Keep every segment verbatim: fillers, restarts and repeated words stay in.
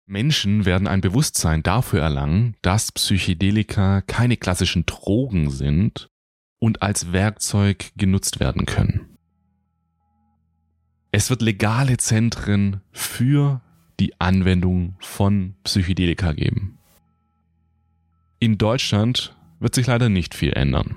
Menschen werden ein Bewusstsein dafür erlangen, dass Psychedelika keine klassischen Drogen sind und als Werkzeug genutzt werden können. Es wird legale Zentren für die Anwendung von Psychedelika geben. In Deutschland wird sich leider nicht viel ändern.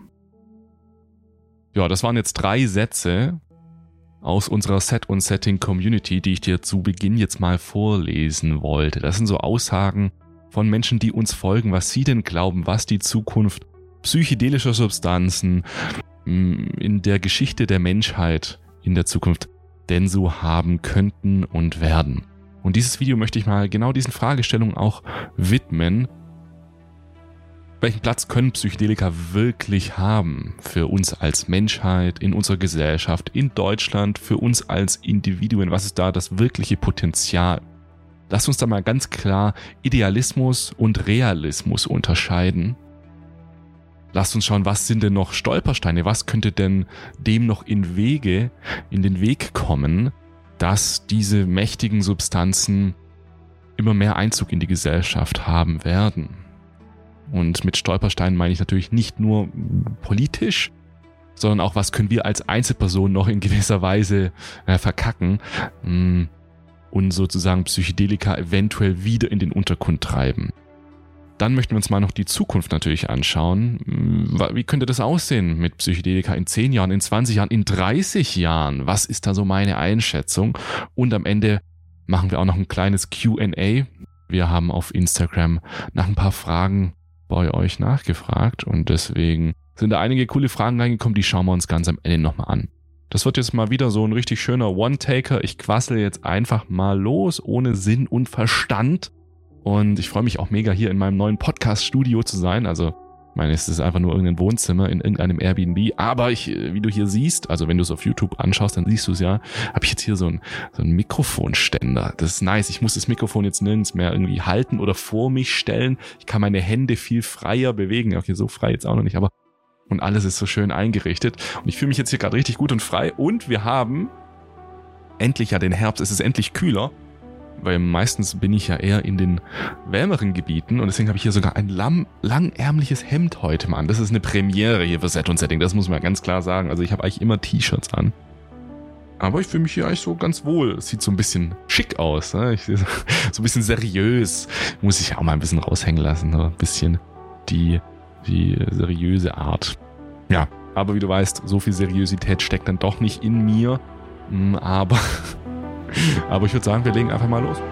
Ja, das waren jetzt drei Sätze aus unserer Set- und Setting-Community, die ich dir zu Beginn jetzt mal vorlesen wollte. Das sind so Aussagen von Menschen, die uns folgen, was sie denn glauben, was die Zukunft psychedelischer Substanzen in der Geschichte der Menschheit in der Zukunft denn so haben könnten und werden. Und dieses Video möchte ich mal genau diesen Fragestellungen auch widmen. Welchen Platz können Psychedelika wirklich haben für uns als Menschheit, in unserer Gesellschaft, in Deutschland, für uns als Individuen? Was ist da das wirkliche Potenzial? Lass uns da mal ganz klar Idealismus und Realismus unterscheiden. Lasst uns schauen, was sind denn noch Stolpersteine? Was könnte denn dem noch in Wege, in den Weg kommen, dass diese mächtigen Substanzen immer mehr Einzug in die Gesellschaft haben werden? Und mit Stolpersteinen meine ich natürlich nicht nur politisch, sondern auch, was können wir als Einzelperson noch in gewisser Weise äh, verkacken mh, und sozusagen Psychedelika eventuell wieder in den Untergrund treiben. Dann möchten wir uns mal noch die Zukunft natürlich anschauen. Wie könnte das aussehen mit Psychedelika in zehn Jahren, in zwanzig Jahren, in dreißig Jahren? Was ist da so meine Einschätzung? Und am Ende machen wir auch noch ein kleines Q and A. Wir haben auf Instagram nach ein paar Fragen bei euch nachgefragt und deswegen sind da einige coole Fragen reingekommen, die schauen wir uns ganz am Ende nochmal an. Das wird jetzt mal wieder so ein richtig schöner One-Taker. Ich quassel jetzt einfach mal los, ohne Sinn und Verstand. Und ich freue mich auch mega, hier in meinem neuen Podcast-Studio zu sein. Also, ich meine, es ist einfach nur irgendein Wohnzimmer in irgendeinem Airbnb. Aber ich, wie du hier siehst, also wenn du es auf YouTube anschaust, dann siehst du es ja, habe ich jetzt hier so ein, so ein Mikrofonständer. Das ist nice. Ich muss das Mikrofon jetzt nirgends mehr irgendwie halten oder vor mich stellen. Ich kann meine Hände viel freier bewegen. Okay, so frei jetzt auch noch nicht, aber und alles ist so schön eingerichtet. Und ich fühle mich jetzt hier gerade richtig gut und frei. Und wir haben endlich ja den Herbst. Es ist endlich kühler. Weil meistens bin ich ja eher in den wärmeren Gebieten und deswegen habe ich hier sogar ein lang, langärmliches Hemd heute mal an. Das ist eine Premiere hier für Set und Setting, das muss man ganz klar sagen. Also ich habe eigentlich immer T-Shirts an. Aber ich fühle mich hier eigentlich so ganz wohl. Es sieht so ein bisschen schick aus. Ne? Ich, so ein bisschen seriös. Muss ich auch mal ein bisschen raushängen lassen. Ne? Ein bisschen die, die seriöse Art. Ja, aber wie du weißt, so viel Seriosität steckt dann doch nicht in mir. Aber... Aber ich würde sagen, wir legen einfach mal los.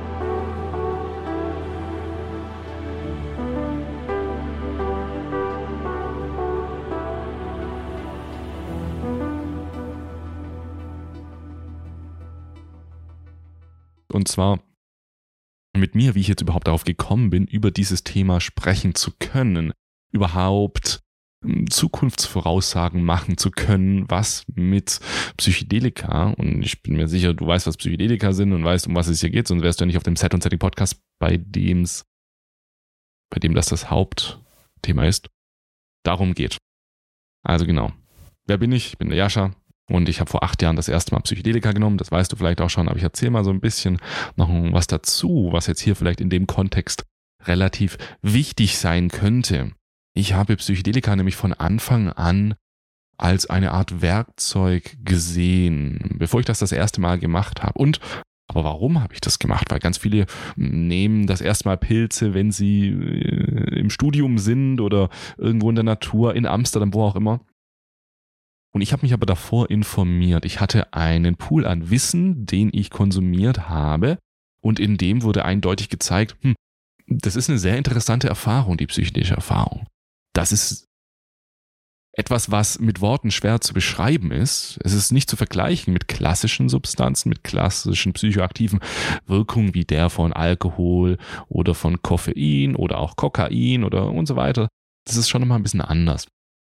Und zwar mit mir, wie ich jetzt überhaupt darauf gekommen bin, über dieses Thema sprechen zu können. Überhaupt Zukunftsvoraussagen machen zu können, was mit Psychedelika, und ich bin mir sicher, du weißt, was Psychedelika sind und weißt, um was es hier geht, sonst wärst du ja nicht auf dem Set und Setting Podcast, bei dem's, bei dem das das Hauptthema ist, darum geht. Also genau. Wer bin ich? Ich bin der Jascha und ich habe vor acht Jahren das erste Mal Psychedelika genommen, das weißt du vielleicht auch schon, aber ich erzähle mal so ein bisschen noch was dazu, was jetzt hier vielleicht in dem Kontext relativ wichtig sein könnte. Ich habe Psychedelika nämlich von Anfang an als eine Art Werkzeug gesehen, bevor ich das das erste Mal gemacht habe. Und, aber warum habe ich das gemacht? Weil ganz viele nehmen das erste Mal Pilze, wenn sie im Studium sind oder irgendwo in der Natur, in Amsterdam, wo auch immer. Und ich habe mich aber davor informiert. Ich hatte einen Pool an Wissen, den ich konsumiert habe. Und in dem wurde eindeutig gezeigt, hm, das ist eine sehr interessante Erfahrung, die psychedelische Erfahrung. Das ist etwas, was mit Worten schwer zu beschreiben ist. Es ist nicht zu vergleichen mit klassischen Substanzen, mit klassischen psychoaktiven Wirkungen wie der von Alkohol oder von Koffein oder auch Kokain oder und so weiter. Das ist schon nochmal ein bisschen anders.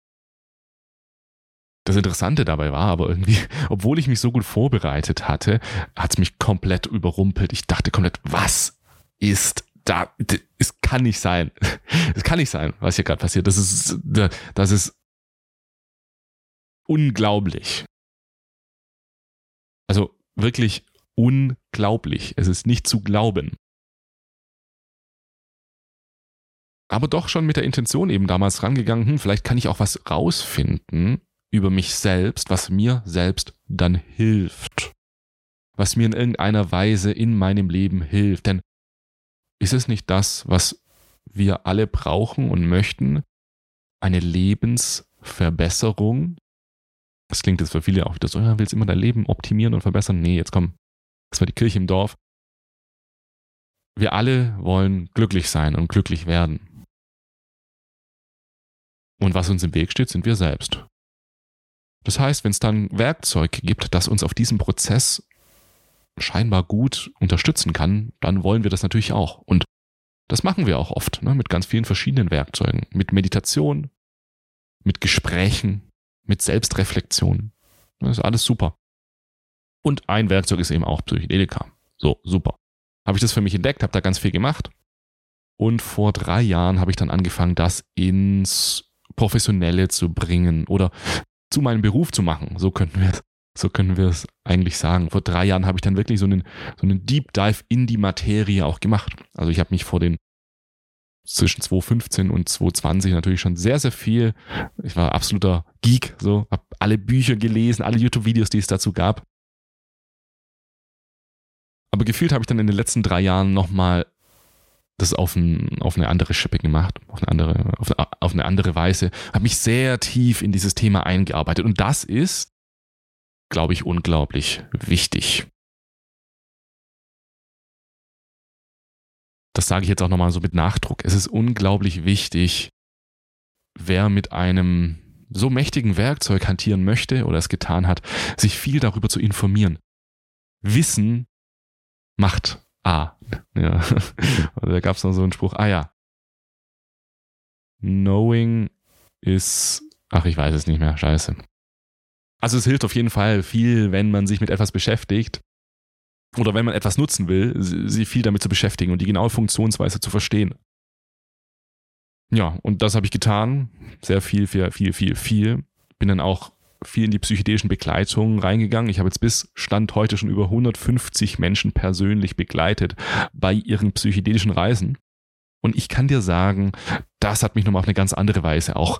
Das Interessante dabei war aber irgendwie, obwohl ich mich so gut vorbereitet hatte, hat es mich komplett überrumpelt. Ich dachte komplett, was ist da? Es kann nicht sein. Es kann nicht sein, was hier gerade passiert. Das ist, das ist unglaublich. Also wirklich unglaublich. Es ist nicht zu glauben. aber doch schon mit der Intention eben damals rangegangen, hm, vielleicht kann ich auch was rausfinden über mich selbst, was mir selbst dann hilft. Was mir in irgendeiner Weise in meinem Leben hilft. Denn ist es nicht das, was wir alle brauchen und möchten? Eine Lebensverbesserung? Das klingt jetzt für viele auch wieder so, ja, willst immer dein Leben optimieren und verbessern? Nee, jetzt komm, das war die Kirche im Dorf. Wir alle wollen glücklich sein und glücklich werden. Und was uns im Weg steht, sind wir selbst. Das heißt, wenn es dann Werkzeug gibt, das uns auf diesem Prozess scheinbar gut unterstützen kann, dann wollen wir das natürlich auch. Und das machen wir auch oft, ne, mit ganz vielen verschiedenen Werkzeugen. Mit Meditation, mit Gesprächen, mit Selbstreflexion. Das ist alles super. Und ein Werkzeug ist eben auch Psychedelika. So, super. Habe ich das für mich entdeckt, habe da ganz viel gemacht. Und vor drei Jahren habe ich dann angefangen, das ins Professionelle zu bringen oder zu meinem Beruf zu machen. So könnten wir es, so können wir es eigentlich sagen. Vor drei Jahren habe ich dann wirklich so einen, so einen Deep Dive in die Materie auch gemacht. Also ich habe mich vor den zwischen zwanzig fünfzehn und zwanzig zwanzig natürlich schon sehr, sehr viel, ich war absoluter Geek, so, habe alle Bücher gelesen, alle YouTube-Videos, die es dazu gab. Aber gefühlt habe ich dann in den letzten drei Jahren nochmal das auf, ein, auf eine andere Schippe gemacht, auf eine andere, auf eine, auf eine andere Weise, habe mich sehr tief in dieses Thema eingearbeitet. Und das ist, glaube ich, unglaublich wichtig. Das sage ich jetzt auch nochmal so mit Nachdruck. Es ist unglaublich wichtig, wer mit einem so mächtigen Werkzeug hantieren möchte oder es getan hat, sich viel darüber zu informieren. Wissen macht A. Ja. Da gab es noch so einen Spruch, ah ja. Knowing is, ach, ich weiß es nicht mehr, scheiße. Also es hilft auf jeden Fall viel, wenn man sich mit etwas beschäftigt oder wenn man etwas nutzen will, sich viel damit zu beschäftigen und die genaue Funktionsweise zu verstehen. Ja, und das habe ich getan. Sehr viel, viel, viel, viel, viel. Bin dann auch viel in die psychedelischen Begleitungen reingegangen. Ich habe jetzt bis Stand heute schon über hundertfünfzig Menschen persönlich begleitet bei ihren psychedelischen Reisen. Und ich kann dir sagen, das hat mich nochmal auf eine ganz andere Weise auch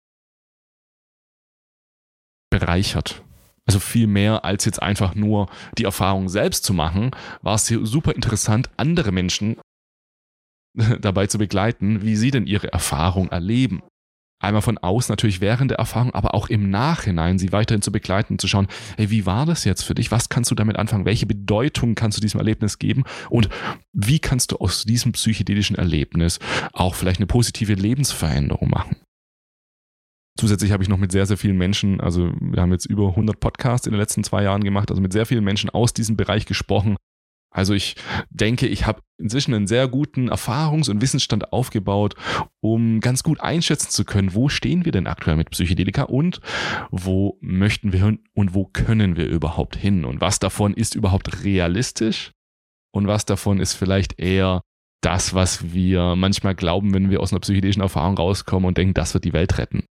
bereichert. Also viel mehr als jetzt einfach nur die Erfahrung selbst zu machen, war es super interessant, andere Menschen dabei zu begleiten, wie sie denn ihre Erfahrung erleben. Einmal von außen natürlich während der Erfahrung, aber auch im Nachhinein sie weiterhin zu begleiten und zu schauen, hey, wie war das jetzt für dich? Was kannst du damit anfangen? Welche Bedeutung kannst du diesem Erlebnis geben? Und wie kannst du aus diesem psychedelischen Erlebnis auch vielleicht eine positive Lebensveränderung machen? Zusätzlich habe ich noch mit sehr, sehr vielen Menschen, also wir haben jetzt über hundert Podcasts in den letzten zwei Jahren gemacht, also mit sehr vielen Menschen aus diesem Bereich gesprochen. Also ich denke, ich habe inzwischen einen sehr guten Erfahrungs- und Wissensstand aufgebaut, um ganz gut einschätzen zu können, wo stehen wir denn aktuell mit Psychedelika und wo möchten wir hin und wo können wir überhaupt hin und was davon ist überhaupt realistisch und was davon ist vielleicht eher das, was wir manchmal glauben, wenn wir aus einer psychedelischen Erfahrung rauskommen und denken, das wird die Welt retten.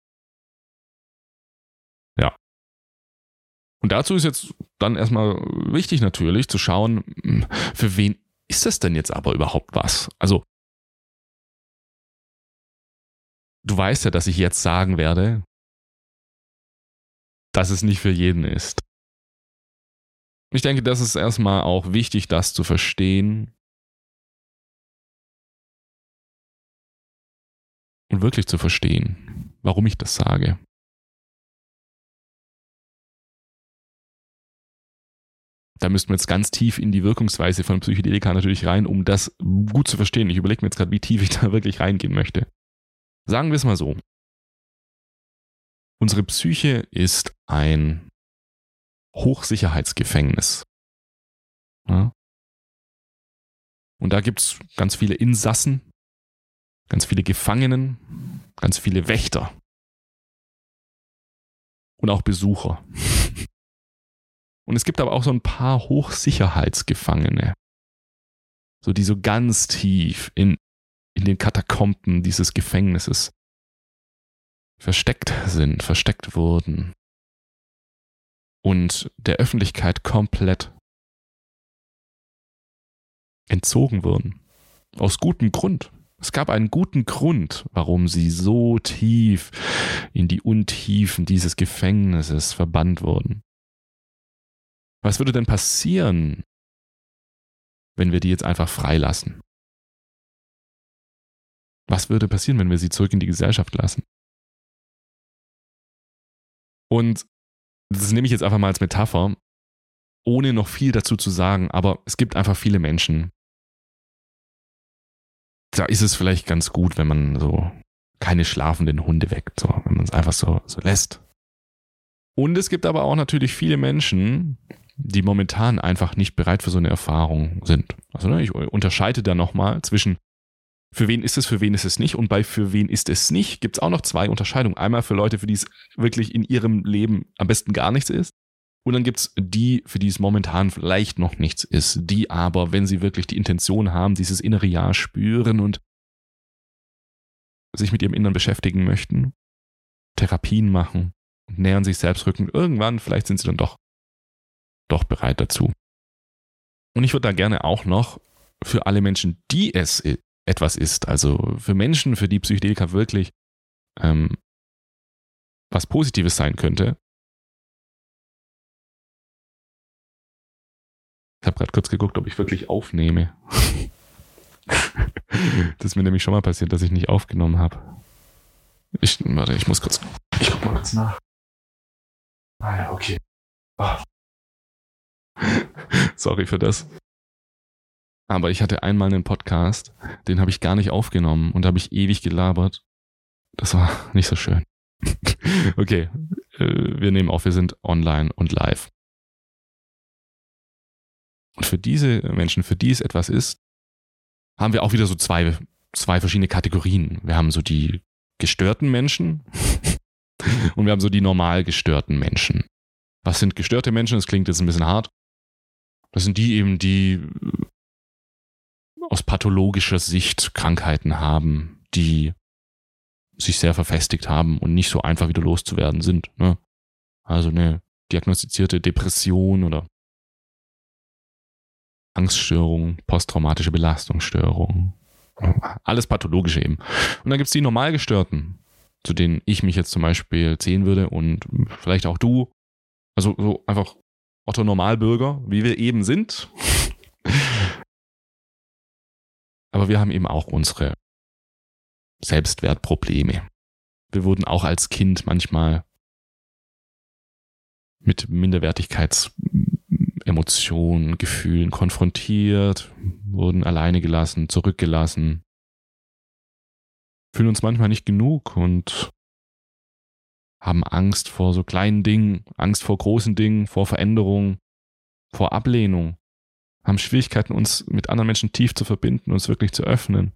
Ja. Und dazu ist jetzt dann erstmal wichtig natürlich zu schauen, für wen ist das denn jetzt aber überhaupt was? Also, du weißt ja, dass ich jetzt sagen werde, dass es nicht für jeden ist. Ich denke, das ist erstmal auch wichtig, das zu verstehen und wirklich zu verstehen, warum ich das sage. Da müssten wir jetzt ganz tief in die Wirkungsweise von Psychedelika natürlich rein, um das gut zu verstehen. Ich überlege mir jetzt gerade, wie tief ich da wirklich reingehen möchte. Sagen wir es mal so. Unsere Psyche ist ein Hochsicherheitsgefängnis. Ja? Und da gibt es ganz viele Insassen, ganz viele Gefangenen, ganz viele Wächter und auch Besucher. Und es gibt aber auch so ein paar Hochsicherheitsgefangene, so die so ganz tief in, in den Katakomben dieses Gefängnisses versteckt sind, versteckt wurden und der Öffentlichkeit komplett entzogen wurden. Aus gutem Grund. Es gab einen guten Grund, warum sie so tief in die Untiefen dieses Gefängnisses verbannt wurden. Was würde denn passieren, wenn wir die jetzt einfach freilassen? Was würde passieren, wenn wir sie zurück in die Gesellschaft lassen? Und das nehme ich jetzt einfach mal als Metapher, ohne noch viel dazu zu sagen, aber es gibt einfach viele Menschen, da ist es vielleicht ganz gut, wenn man so keine schlafenden Hunde weckt, so, wenn man es einfach so, so lässt. Und es gibt aber auch natürlich viele Menschen, die momentan einfach nicht bereit für so eine Erfahrung sind. Also ne, ich unterscheide da nochmal zwischen für wen ist es, für wen ist es nicht und bei für wen ist es nicht gibt es auch noch zwei Unterscheidungen. Einmal für Leute, für die es wirklich in ihrem Leben am besten gar nichts ist. Und dann gibt es die, für die es momentan vielleicht noch nichts ist, die aber, wenn sie wirklich die Intention haben, dieses innere Ja spüren und sich mit ihrem Innern beschäftigen möchten, Therapien machen und nähern sich selbst rücken. Irgendwann, vielleicht sind sie dann doch, doch bereit dazu. Und ich würde da gerne auch noch für alle Menschen, die es etwas ist, also für Menschen, für die Psychedelika wirklich ähm, was Positives sein könnte. Ich habe gerade kurz geguckt, ob ich wirklich aufnehme. Das ist mir nämlich schon mal passiert, dass ich nicht aufgenommen habe. Ich, warte, ich muss kurz, ich guck mal kurz nach. Ah ja, okay. Oh. Sorry für das. Aber ich hatte einmal einen Podcast, den habe ich gar nicht aufgenommen und da habe ich ewig gelabert. Das war nicht so schön. Okay, wir nehmen auf, wir sind online und live. Und für diese Menschen, für die es etwas ist, haben wir auch wieder so zwei, zwei verschiedene Kategorien. Wir haben so die gestörten Menschen und wir haben so die normal gestörten Menschen. Was sind gestörte Menschen? Das klingt jetzt ein bisschen hart. Das sind die eben, die aus pathologischer Sicht Krankheiten haben, die sich sehr verfestigt haben und nicht so einfach wieder loszuwerden sind. Ne? Also eine diagnostizierte Depression oder Angststörung, posttraumatische Belastungsstörung, alles pathologische eben. Und dann gibt es die Normalgestörten, zu denen ich mich jetzt zum Beispiel zählen würde und vielleicht auch du, also so einfach Otto Normalbürger, wie wir eben sind. Aber wir haben eben auch unsere Selbstwertprobleme. Wir wurden auch als Kind manchmal mit Minderwertigkeitsemotionen, Gefühlen konfrontiert, wurden alleine gelassen, zurückgelassen, fühlen uns manchmal nicht genug und haben Angst vor so kleinen Dingen, Angst vor großen Dingen, vor Veränderung, vor Ablehnung, haben Schwierigkeiten, uns mit anderen Menschen tief zu verbinden, uns wirklich zu öffnen.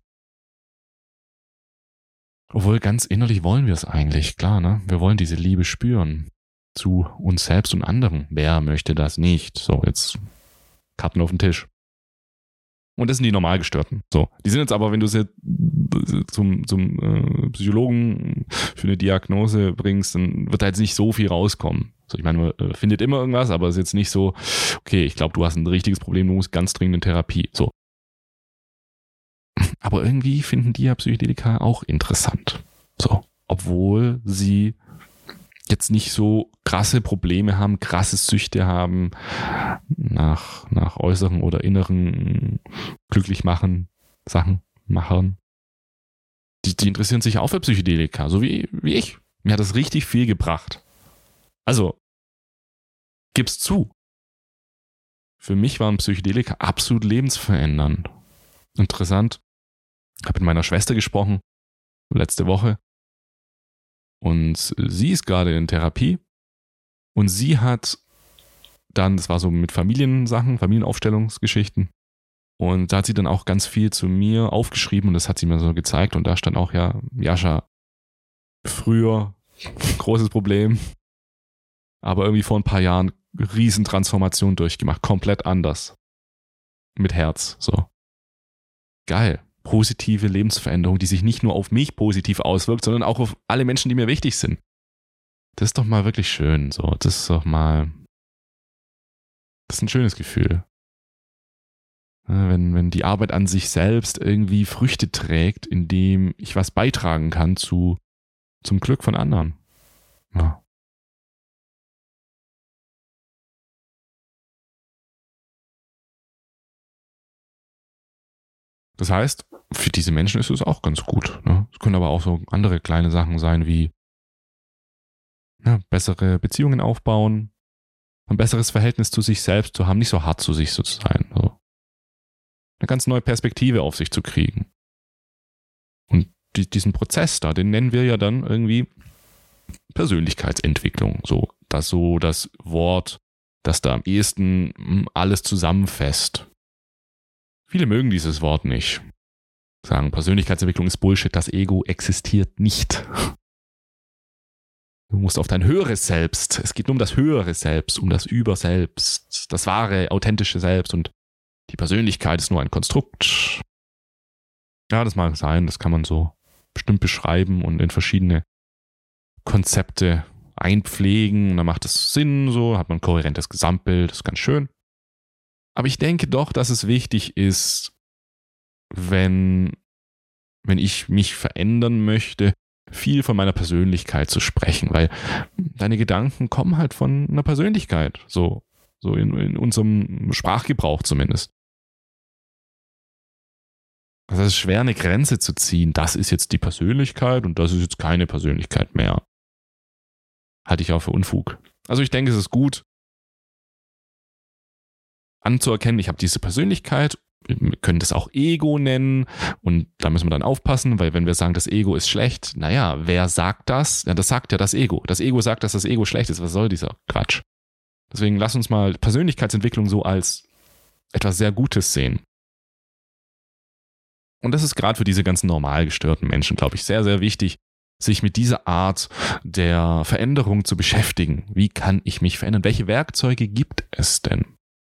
Obwohl ganz innerlich wollen wir es eigentlich, klar, ne? Wir wollen diese Liebe spüren zu uns selbst und anderen. Wer möchte das nicht? So, jetzt Karten auf den Tisch. Und das sind die Normalgestörten. So, die sind jetzt aber, wenn du sie zum, zum äh, Psychologen für eine Diagnose bringst, dann wird da jetzt nicht so viel rauskommen. So, ich meine, man findet immer irgendwas, aber es ist jetzt nicht so, okay, ich glaube, du hast ein richtiges Problem, du musst ganz dringend in Therapie. So. Aber irgendwie finden die ja Psychedelika auch interessant. So, obwohl sie jetzt nicht so krasse Probleme haben, krasse Süchte haben nach, nach äußeren oder inneren glücklich machen, Sachen machen. Die, die interessieren sich auch für Psychedelika, so wie, wie ich. Mir hat das richtig viel gebracht. Also, gib's zu. Für mich waren Psychedelika absolut lebensverändernd. Interessant. Ich habe mit meiner Schwester gesprochen, letzte Woche. Und sie ist gerade in Therapie. Und sie hat dann, das war so mit Familiensachen, Familienaufstellungsgeschichten. Und da hat sie dann auch ganz viel zu mir aufgeschrieben und das hat sie mir so gezeigt. Und da stand auch, ja, Jascha, früher großes Problem, aber irgendwie vor ein paar Jahren Riesentransformation durchgemacht, komplett anders. Mit Herz, so. Geil. Positive Lebensveränderung, die sich nicht nur auf mich positiv auswirkt, sondern auch auf alle Menschen, die mir wichtig sind. Das ist doch mal wirklich schön, so. Das ist doch mal, das ist ein schönes Gefühl. Wenn, wenn die Arbeit an sich selbst irgendwie Früchte trägt, indem ich was beitragen kann zu, zum Glück von anderen. Ja. Das heißt, für diese Menschen ist es auch ganz gut. Ne? Es können aber auch so andere kleine Sachen sein, wie ja, bessere Beziehungen aufbauen, ein besseres Verhältnis zu sich selbst zu haben, nicht so hart zu sich so zu sein. So. Eine ganz neue Perspektive auf sich zu kriegen. Und die, diesen Prozess da, den nennen wir ja dann irgendwie Persönlichkeitsentwicklung. So, das so das Wort, das da am ehesten alles zusammenfasst. Viele mögen dieses Wort nicht. Sagen, Persönlichkeitsentwicklung ist Bullshit, das Ego existiert nicht. Du musst auf dein höheres Selbst. Es geht nur um das höhere Selbst, um das Überselbst, das wahre, authentische Selbst und die Persönlichkeit ist nur ein Konstrukt. Ja, das mag sein, das kann man so bestimmt beschreiben und in verschiedene Konzepte einpflegen und dann macht es Sinn, so hat man ein kohärentes Gesamtbild, das ist ganz schön. Aber ich denke doch, dass es wichtig ist, wenn, wenn ich mich verändern möchte, viel von meiner Persönlichkeit zu sprechen, weil deine Gedanken kommen halt von einer Persönlichkeit, so, so in, in unserem Sprachgebrauch zumindest. Also es ist schwer, eine Grenze zu ziehen, das ist jetzt die Persönlichkeit und das ist jetzt keine Persönlichkeit mehr. Halte ich auch für Unfug. Also ich denke, es ist gut, anzuerkennen, ich habe diese Persönlichkeit, wir können das auch Ego nennen und da müssen wir dann aufpassen, weil wenn wir sagen, das Ego ist schlecht, naja, wer sagt das? Ja, das sagt ja das Ego. Das Ego sagt, dass das Ego schlecht ist. Was soll dieser Quatsch? Deswegen lass uns mal Persönlichkeitsentwicklung so als etwas sehr Gutes sehen. Und das ist gerade für diese ganzen normal gestörten Menschen, glaube ich, sehr, sehr wichtig, sich mit dieser Art der Veränderung zu beschäftigen. Wie kann ich mich verändern? Welche Werkzeuge gibt es denn?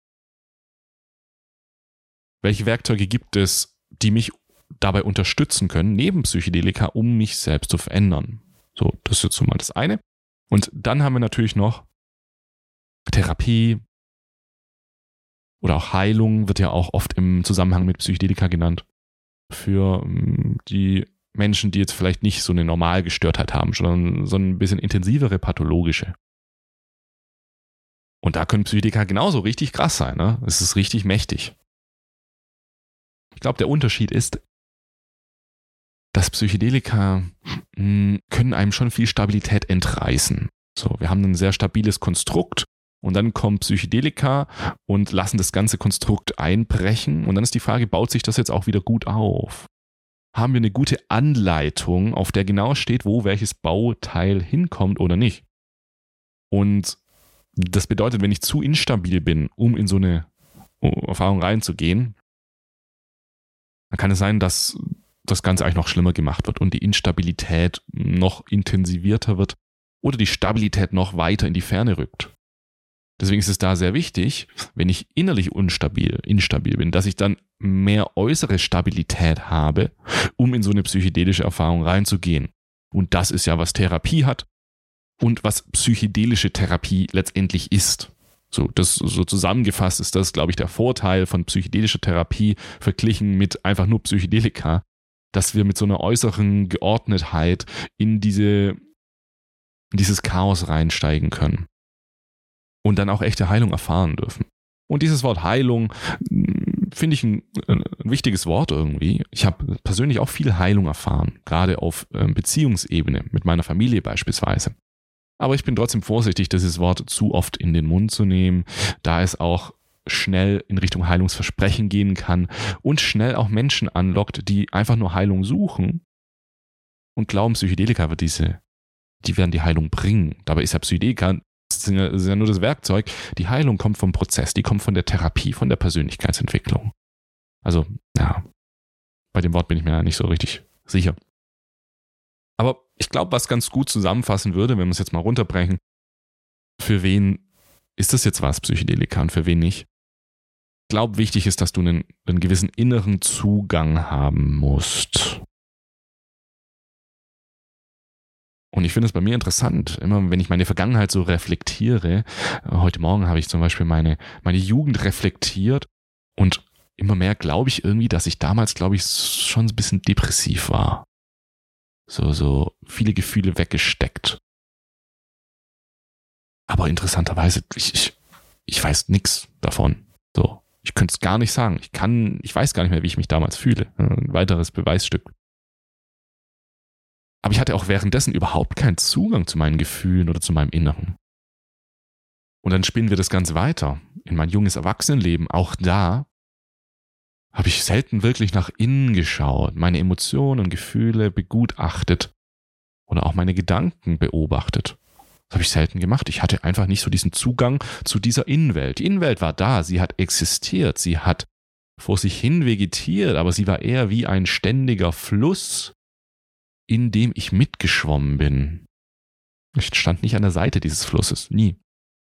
Welche Werkzeuge gibt es, die mich dabei unterstützen können, neben Psychedelika, um mich selbst zu verändern? So, das ist jetzt so mal das eine. Und dann haben wir natürlich noch Therapie oder auch Heilung, wird ja auch oft im Zusammenhang mit Psychedelika genannt. Für die Menschen, die jetzt vielleicht nicht so eine Normalgestörtheit haben, sondern so ein bisschen intensivere pathologische. Und da können Psychedelika genauso richtig krass sein. Ne? Es ist richtig mächtig. Ich glaube, der Unterschied ist, dass Psychedelika mh, können einem schon viel Stabilität entreißen. So, wir haben ein sehr stabiles Konstrukt und dann kommen Psychedelika und lassen das ganze Konstrukt einbrechen und dann ist die Frage, baut sich das jetzt auch wieder gut auf? Haben wir eine gute Anleitung, auf der genau steht, wo welches Bauteil hinkommt oder nicht? Und das bedeutet, wenn ich zu instabil bin, um in so eine Erfahrung reinzugehen, dann kann es sein, dass das Ganze eigentlich noch schlimmer gemacht wird und die Instabilität noch intensivierter wird oder die Stabilität noch weiter in die Ferne rückt. Deswegen ist es da sehr wichtig, wenn ich innerlich unstabil, instabil bin, dass ich dann mehr äußere Stabilität habe, um in so eine psychedelische Erfahrung reinzugehen. Und das ist ja, was Therapie hat und was psychedelische Therapie letztendlich ist. So, das, so zusammengefasst ist das, glaube ich, der Vorteil von psychedelischer Therapie verglichen mit einfach nur Psychedelika, dass wir mit so einer äußeren Geordnetheit in diese, in dieses Chaos reinsteigen können und dann auch echte Heilung erfahren dürfen. Und dieses Wort Heilung finde ich ein, ein wichtiges Wort irgendwie. Ich habe persönlich auch viel Heilung erfahren, gerade auf Beziehungsebene mit meiner Familie beispielsweise. Aber ich bin trotzdem vorsichtig, dieses Wort zu oft in den Mund zu nehmen, da es auch schnell in Richtung Heilungsversprechen gehen kann und schnell auch Menschen anlockt, die einfach nur Heilung suchen und glauben, Psychedelika wird diese, die werden die Heilung bringen. Dabei ist ja Psychedelika, das ist ja, das ist ja nur das Werkzeug. Die Heilung kommt vom Prozess, die kommt von der Therapie, von der Persönlichkeitsentwicklung. Also, ja, bei dem Wort bin ich mir ja nicht so richtig sicher. Aber ich glaube, was ganz gut zusammenfassen würde, wenn wir es jetzt mal runterbrechen, für wen ist das jetzt was, Psychedelika, und für wen nicht? Ich glaube, wichtig ist, dass du einen, einen gewissen inneren Zugang haben musst. Und ich finde es bei mir interessant, immer wenn ich meine Vergangenheit so reflektiere, heute Morgen habe ich zum Beispiel meine, meine Jugend reflektiert und immer mehr glaube ich irgendwie, dass ich damals, glaube ich, schon ein bisschen depressiv war. So, so viele Gefühle weggesteckt. Aber interessanterweise, ich, ich, ich weiß nichts davon. So, ich könnte es gar nicht sagen. Ich kann, ich weiß gar nicht mehr, wie ich mich damals fühle. Ein weiteres Beweisstück. Aber ich hatte auch währenddessen überhaupt keinen Zugang zu meinen Gefühlen oder zu meinem Inneren. Und dann spinnen wir das Ganze weiter. In mein junges Erwachsenenleben, auch da habe ich selten wirklich nach innen geschaut, meine Emotionen und Gefühle begutachtet oder auch meine Gedanken beobachtet. Das habe ich selten gemacht. Ich hatte einfach nicht so diesen Zugang zu dieser Innenwelt. Die Innenwelt war da, sie hat existiert, sie hat vor sich hin vegetiert, aber sie war eher wie ein ständiger Fluss, in dem ich mitgeschwommen bin. Ich stand nicht an der Seite dieses Flusses, nie.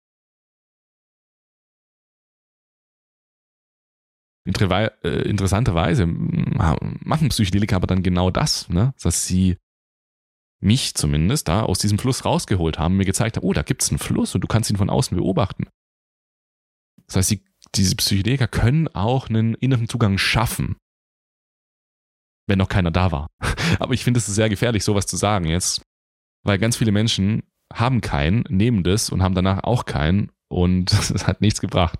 Interessanterweise machen Psychedelika aber dann genau das, ne? Dass sie mich zumindest da aus diesem Fluss rausgeholt haben, mir gezeigt haben, oh, da gibt es einen Fluss und du kannst ihn von außen beobachten. Das heißt, die, diese Psychedelika können auch einen inneren Zugang schaffen, wenn noch keiner da war. Aber ich finde es sehr gefährlich, sowas zu sagen jetzt, weil ganz viele Menschen haben keinen, nehmen das und haben danach auch keinen und es hat nichts gebracht.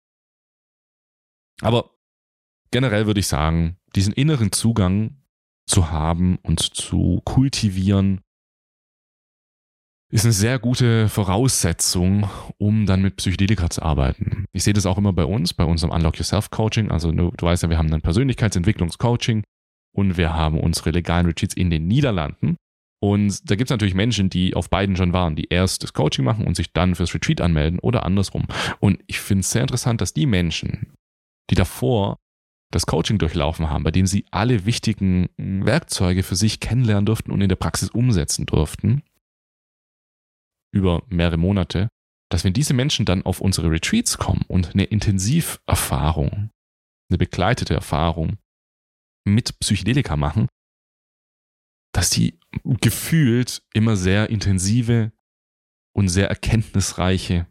Aber generell würde ich sagen, diesen inneren Zugang zu haben und zu kultivieren, ist eine sehr gute Voraussetzung, um dann mit Psychedelika zu arbeiten. Ich sehe das auch immer bei uns, bei unserem Unlock Yourself Coaching. Also du, du weißt ja, wir haben ein Persönlichkeitsentwicklungscoaching und wir haben unsere legalen Retreats in den Niederlanden. Und da gibt es natürlich Menschen, die auf beiden schon waren, die erst das Coaching machen und sich dann fürs Retreat anmelden oder andersrum. Und ich finde es sehr interessant, dass die Menschen, die davor das Coaching durchlaufen haben, bei dem sie alle wichtigen Werkzeuge für sich kennenlernen durften und in der Praxis umsetzen durften, über mehrere Monate, dass wenn diese Menschen dann auf unsere Retreats kommen und eine Intensiverfahrung, eine begleitete Erfahrung mit Psychedelika machen, dass die gefühlt immer sehr intensive und sehr erkenntnisreiche,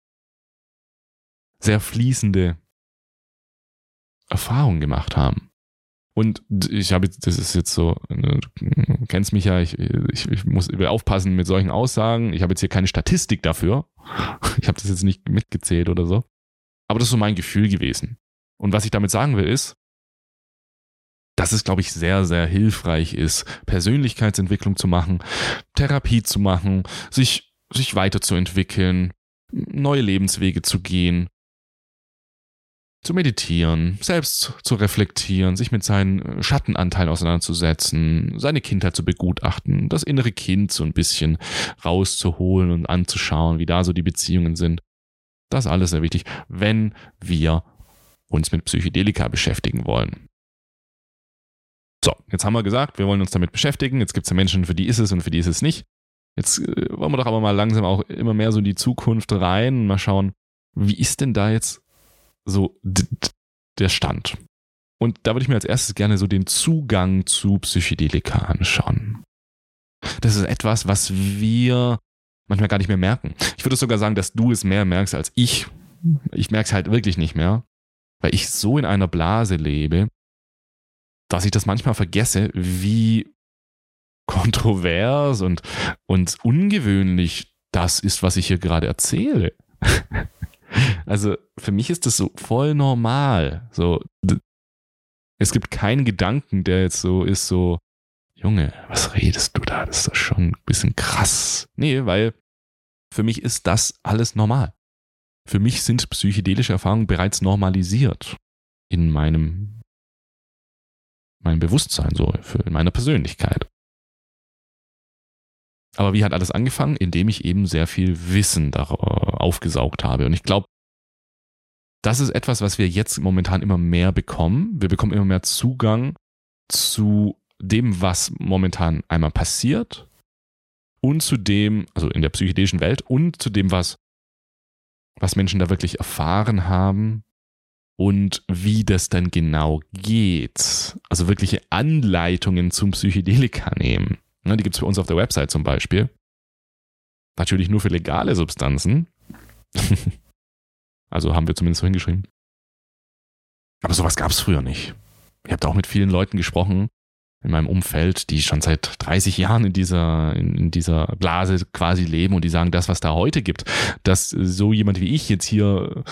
sehr fließende Erfahrungen gemacht haben. Und ich habe jetzt, das ist jetzt so, du kennst mich ja, ich, ich, ich muss aufpassen mit solchen Aussagen. Ich habe jetzt hier keine Statistik dafür. Ich habe das jetzt nicht mitgezählt oder so. Aber das ist so mein Gefühl gewesen. Und was ich damit sagen will, ist, dass es, glaube ich, sehr, sehr hilfreich ist, Persönlichkeitsentwicklung zu machen, Therapie zu machen, sich, sich weiterzuentwickeln, neue Lebenswege zu gehen, zu meditieren, selbst zu reflektieren, sich mit seinen Schattenanteilen auseinanderzusetzen, seine Kindheit zu begutachten, das innere Kind so ein bisschen rauszuholen und anzuschauen, wie da so die Beziehungen sind. Das ist alles sehr wichtig, wenn wir uns mit Psychedelika beschäftigen wollen. So, jetzt haben wir gesagt, wir wollen uns damit beschäftigen. Jetzt gibt es ja Menschen, für die ist es und für die ist es nicht. Jetzt äh, wollen wir doch aber mal langsam auch immer mehr so in die Zukunft rein und mal schauen, wie ist denn da jetzt so d- d- der Stand? Und da würde ich mir als erstes gerne so den Zugang zu Psychedelika anschauen. Das ist etwas, was wir manchmal gar nicht mehr merken. Ich würde sogar sagen, dass du es mehr merkst als ich. Ich merke es halt wirklich nicht mehr, weil ich so in einer Blase lebe, dass ich das manchmal vergesse, wie kontrovers und, und ungewöhnlich das ist, was ich hier gerade erzähle. Also für mich ist das so voll normal. So, d- es gibt keinen Gedanken, der jetzt so ist, so, Junge, was redest du da? Das ist doch schon ein bisschen krass. Nee, weil für mich ist das alles normal. Für mich sind psychedelische Erfahrungen bereits normalisiert in meinem mein Bewusstsein, so für in meiner Persönlichkeit. Aber wie hat alles angefangen? Indem ich eben sehr viel Wissen da aufgesaugt habe. Und ich glaube, das ist etwas, was wir jetzt momentan immer mehr bekommen. Wir bekommen immer mehr Zugang zu dem, was momentan einmal passiert und zu dem, also in der psychedelischen Welt und zu dem, was, was Menschen da wirklich erfahren haben. Und wie das dann genau geht. Also wirkliche Anleitungen zum Psychedelika nehmen. Die gibt es bei uns auf der Website zum Beispiel. Natürlich nur für legale Substanzen. Also haben wir zumindest so hingeschrieben. Aber sowas gab es früher nicht. Ich habe da auch mit vielen Leuten gesprochen in meinem Umfeld, die schon seit dreißig Jahren in dieser, in, in dieser Blase quasi leben und die sagen, das, was da heute gibt, dass so jemand wie ich jetzt hier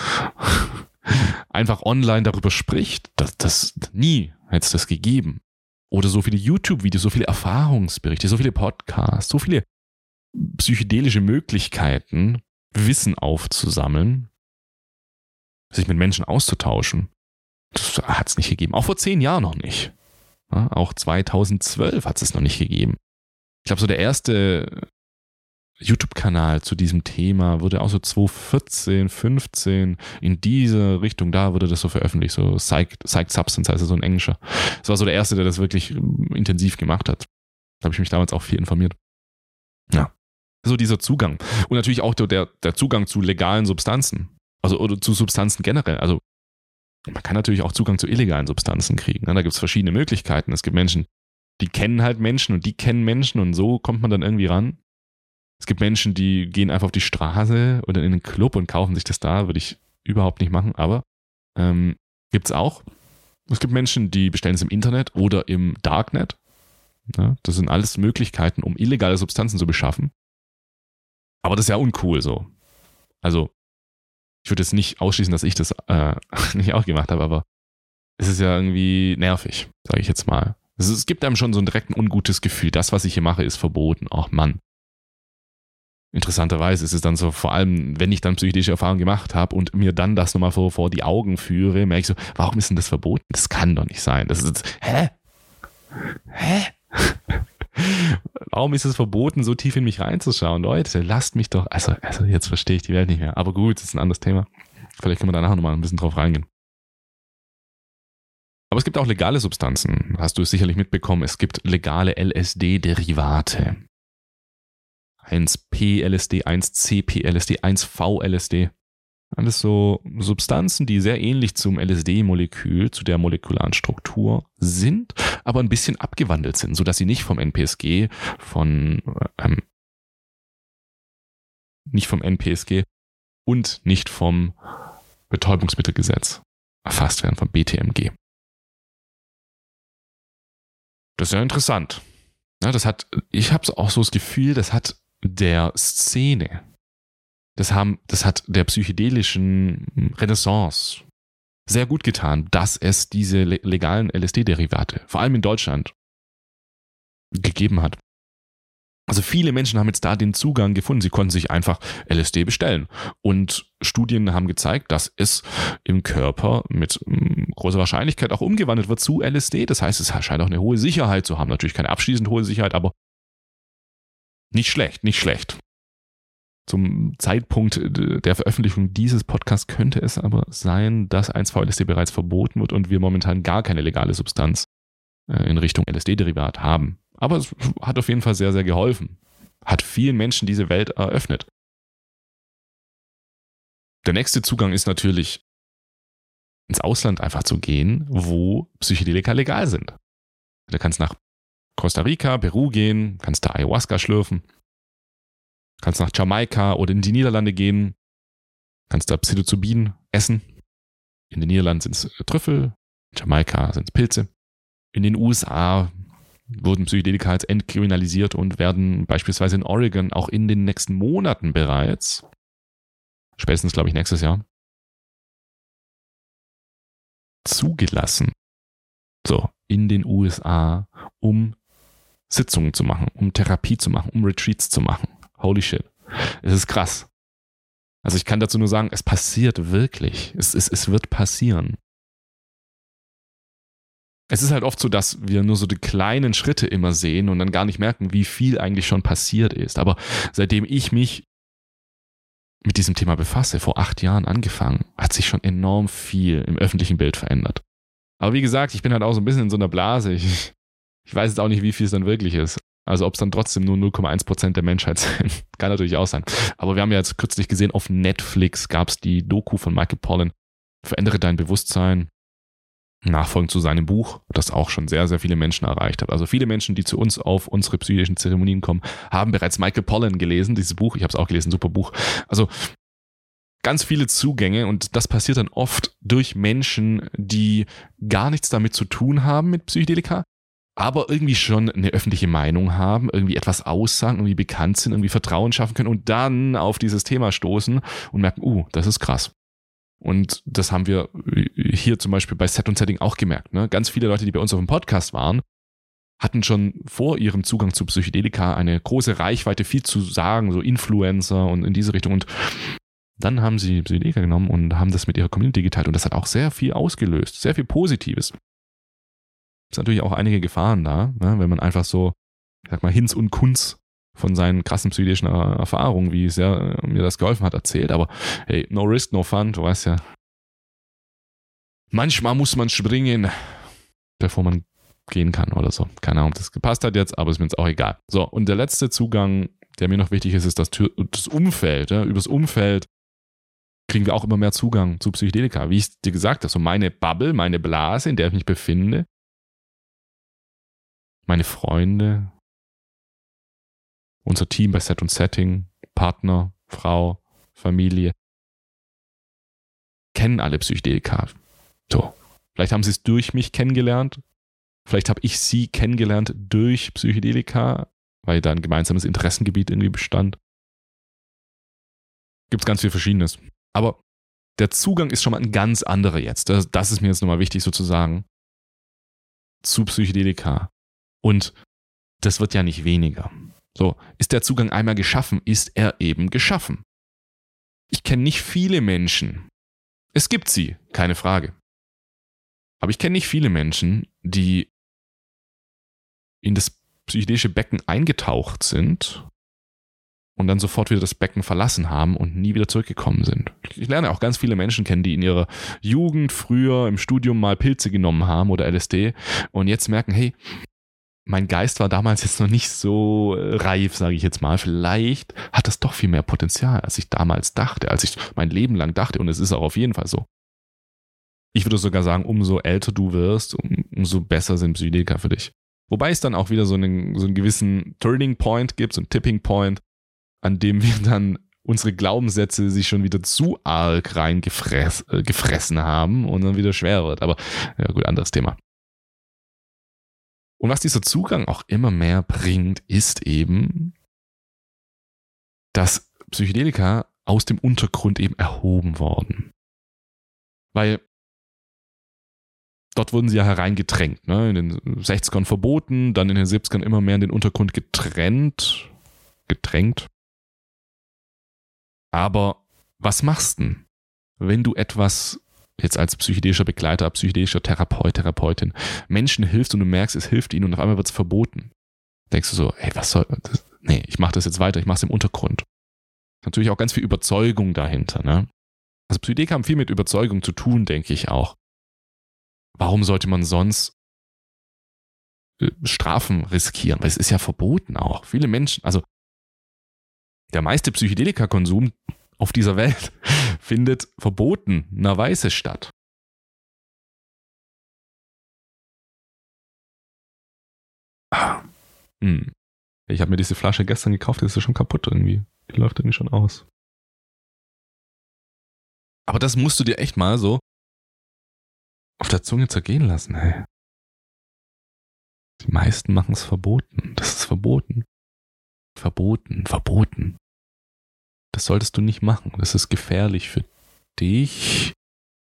einfach online darüber spricht, das, das nie hätte es das gegeben. Oder so viele YouTube-Videos, so viele Erfahrungsberichte, so viele Podcasts, so viele psychedelische Möglichkeiten, Wissen aufzusammeln, sich mit Menschen auszutauschen. Das hat es nicht gegeben. Auch vor zehn Jahren noch nicht. Ja, auch zweitausendzwölf hat es noch nicht gegeben. Ich glaube, so der erste YouTube-Kanal zu diesem Thema wurde auch so zweitausendvierzehn, fünfzehn in diese Richtung, da wurde das so veröffentlicht, so Psyched, Psyched Substance, also so ein englischer. Das war so der erste, der das wirklich intensiv gemacht hat. Da habe ich mich damals auch viel informiert. Ja, so dieser Zugang. Und natürlich auch der, der Zugang zu legalen Substanzen. Also oder zu Substanzen generell. Also man kann natürlich auch Zugang zu illegalen Substanzen kriegen. Da gibt es verschiedene Möglichkeiten. Es gibt Menschen, die kennen halt Menschen und die kennen Menschen und so kommt man dann irgendwie ran. Es gibt Menschen, die gehen einfach auf die Straße oder in einen Club und kaufen sich das da. Würde ich überhaupt nicht machen, aber ähm, gibt es auch. Es gibt Menschen, die bestellen es im Internet oder im Darknet. Ja, das sind alles Möglichkeiten, um illegale Substanzen zu beschaffen. Aber das ist ja uncool so. Also ich würde jetzt nicht ausschließen, dass ich das äh, nicht auch gemacht habe, aber es ist ja irgendwie nervig, sage ich jetzt mal. Es, ist, es gibt einem schon so ein direkt ein ungutes Gefühl. Das, was ich hier mache, ist verboten. Ach Mann. Interessanterweise ist es dann so, vor allem, wenn ich dann psychedelische Erfahrungen gemacht habe und mir dann das nochmal vor, vor die Augen führe, merke ich so, warum ist denn das verboten? Das kann doch nicht sein. Das ist jetzt, hä? Hä? Warum ist es verboten, so tief in mich reinzuschauen? Leute, lasst mich doch, also, also jetzt verstehe ich die Welt nicht mehr. Aber gut, das ist ein anderes Thema. Vielleicht können wir da nachher nochmal ein bisschen drauf reingehen. Aber es gibt auch legale Substanzen. Hast du es sicherlich mitbekommen, es gibt legale L S D-Derivate. eins P L S D, eins C P L S D, eins V L S D. Alles so Substanzen, die sehr ähnlich zum L S D-Molekül, zu der molekularen Struktur sind, aber ein bisschen abgewandelt sind, sodass sie nicht vom N P S G, von ähm, nicht vom N P S G und nicht vom Betäubungsmittelgesetz erfasst werden, vom B T M G. Das ist ja interessant. Ja, das hat, ich habe auch so das Gefühl, das hat der Szene, das, haben, das hat der psychedelischen Renaissance sehr gut getan, dass es diese legalen L S D-Derivate, vor allem in Deutschland, gegeben hat. Also viele Menschen haben jetzt da den Zugang gefunden. Sie konnten sich einfach L S D bestellen. Und Studien haben gezeigt, dass es im Körper mit großer Wahrscheinlichkeit auch umgewandelt wird zu L S D. Das heißt, es scheint auch eine hohe Sicherheit zu haben. Natürlich keine abschließend hohe Sicherheit, aber nicht schlecht, nicht schlecht. Zum Zeitpunkt der Veröffentlichung dieses Podcasts könnte es aber sein, dass eins V L S D bereits verboten wird und wir momentan gar keine legale Substanz in Richtung L S D-Derivat haben. Aber es hat auf jeden Fall sehr, sehr geholfen. Hat vielen Menschen diese Welt eröffnet. Der nächste Zugang ist natürlich, ins Ausland einfach zu gehen, wo Psychedelika legal sind. Du kannst nach Costa Rica, Peru gehen, kannst da Ayahuasca schlürfen, kannst nach Jamaika oder in die Niederlande gehen, kannst da Psilocybin essen. In den Niederlanden sind es Trüffel, in Jamaika sind es Pilze. In den U S A wurden Psychedelika jetzt entkriminalisiert und werden beispielsweise in Oregon auch in den nächsten Monaten bereits, spätestens glaube ich nächstes Jahr, zugelassen. So, in den U S A, um Sitzungen zu machen, um Therapie zu machen, um Retreats zu machen. Holy shit. Es ist krass. Also ich kann dazu nur sagen, es passiert wirklich. Es, es, es wird passieren. Es ist halt oft so, dass wir nur so die kleinen Schritte immer sehen und dann gar nicht merken, wie viel eigentlich schon passiert ist. Aber seitdem ich mich mit diesem Thema befasse, vor acht Jahren angefangen, hat sich schon enorm viel im öffentlichen Bild verändert. Aber wie gesagt, ich bin halt auch so ein bisschen in so einer Blase. Ich, ich weiß jetzt auch nicht, wie viel es dann wirklich ist. Also ob es dann trotzdem nur null Komma eins Prozent der Menschheit sind, kann natürlich auch sein. Aber wir haben ja jetzt kürzlich gesehen, auf Netflix gab es die Doku von Michael Pollan, Verändere dein Bewusstsein, nachfolgend zu seinem Buch, das auch schon sehr, sehr viele Menschen erreicht hat. Also viele Menschen, die zu uns auf unsere psychischen Zeremonien kommen, haben bereits Michael Pollan gelesen, dieses Buch. Ich habe es auch gelesen, super Buch. Also ganz viele Zugänge und das passiert dann oft durch Menschen, die gar nichts damit zu tun haben mit Psychedelika, aber irgendwie schon eine öffentliche Meinung haben, irgendwie etwas aussagen, irgendwie bekannt sind, irgendwie Vertrauen schaffen können und dann auf dieses Thema stoßen und merken, uh, das ist krass. Und das haben wir hier zum Beispiel bei Set und Setting auch gemerkt. Ne? Ganz viele Leute, die bei uns auf dem Podcast waren, hatten schon vor ihrem Zugang zu Psychedelika eine große Reichweite, viel zu sagen, so Influencer und in diese Richtung. Und dann haben sie Psychedelika genommen und haben das mit ihrer Community geteilt. Und das hat auch sehr viel ausgelöst, sehr viel Positives. Es sind natürlich auch einige Gefahren da, ne? Wenn man einfach so, ich sag mal, Hinz und Kunz von seinen krassen psychischen Erfahrungen, wie sehr mir das geholfen hat, erzählt. Aber hey, no risk, no fun, du weißt ja. Manchmal muss man springen, bevor man gehen kann oder so. Keine Ahnung, ob das gepasst hat jetzt, aber ist mir jetzt auch egal. So, und der letzte Zugang, der mir noch wichtig ist, ist das, das Umfeld. Ja? Über das Umfeld kriegen wir auch immer mehr Zugang zu Psychedelika. Wie ich dir gesagt habe, so meine Bubble, meine Blase, in der ich mich befinde, meine Freunde, unser Team bei Set und Setting, Partner, Frau, Familie, kennen alle Psychedelika. So, vielleicht haben sie es durch mich kennengelernt, vielleicht habe ich sie kennengelernt durch Psychedelika, weil da ein gemeinsames Interessengebiet irgendwie bestand. Gibt es ganz viel Verschiedenes. Aber der Zugang ist schon mal ein ganz anderer jetzt. Das, das ist mir jetzt nochmal wichtig sozusagen zu Psychedelika. Und das wird ja nicht weniger. So, ist der Zugang einmal geschaffen, ist er eben geschaffen. Ich kenne nicht viele Menschen. Es gibt sie, keine Frage. Aber ich kenne nicht viele Menschen, die in das psychedelische Becken eingetaucht sind und dann sofort wieder das Becken verlassen haben und nie wieder zurückgekommen sind. Ich lerne auch ganz viele Menschen kennen, die in ihrer Jugend früher im Studium mal Pilze genommen haben oder L S D und jetzt merken, hey, mein Geist war damals jetzt noch nicht so reif, sage ich jetzt mal. Vielleicht hat das doch viel mehr Potenzial, als ich damals dachte, als ich mein Leben lang dachte. Und es ist auch auf jeden Fall so. Ich würde sogar sagen, umso älter du wirst, um, umso besser sind Psychedelika für dich. Wobei es dann auch wieder so einen, so einen gewissen Turning Point gibt, so einen Tipping Point, an dem wir dann unsere Glaubenssätze sich schon wieder zu arg rein gefress, äh, gefressen haben und dann wieder schwer wird. Aber ja gut, anderes Thema. Und was dieser Zugang auch immer mehr bringt, ist eben, dass Psychedelika aus dem Untergrund eben erhoben worden. Weil dort wurden sie ja hereingedrängt, ne? In den sechzigern verboten, dann in den siebzigern immer mehr in den Untergrund getrennt, gedrängt. Aber was machst du denn, wenn du etwas jetzt als psychedelischer Begleiter, psychedelischer Therapeut, Therapeutin, Menschen hilfst und du merkst, es hilft ihnen und auf einmal wird es verboten. Denkst du so, ey, was soll das? Nee, ich mache das jetzt weiter, ich mache es im Untergrund. Natürlich auch ganz viel Überzeugung dahinter, ne? Also Psychedelika haben viel mit Überzeugung zu tun, denke ich auch. Warum sollte man sonst Strafen riskieren? Weil es ist ja verboten auch. Viele Menschen, also der meiste Psychedelika-Konsum auf dieser Welt findet verbotenerweise statt. Ah. Hm. Ich habe mir diese Flasche gestern gekauft, die ist ja schon kaputt irgendwie. Die läuft irgendwie schon aus. Aber das musst du dir echt mal so auf der Zunge zergehen lassen, hey. Die meisten machen es verboten. Das ist verboten. Verboten, verboten. Das solltest du nicht machen. Das ist gefährlich für dich.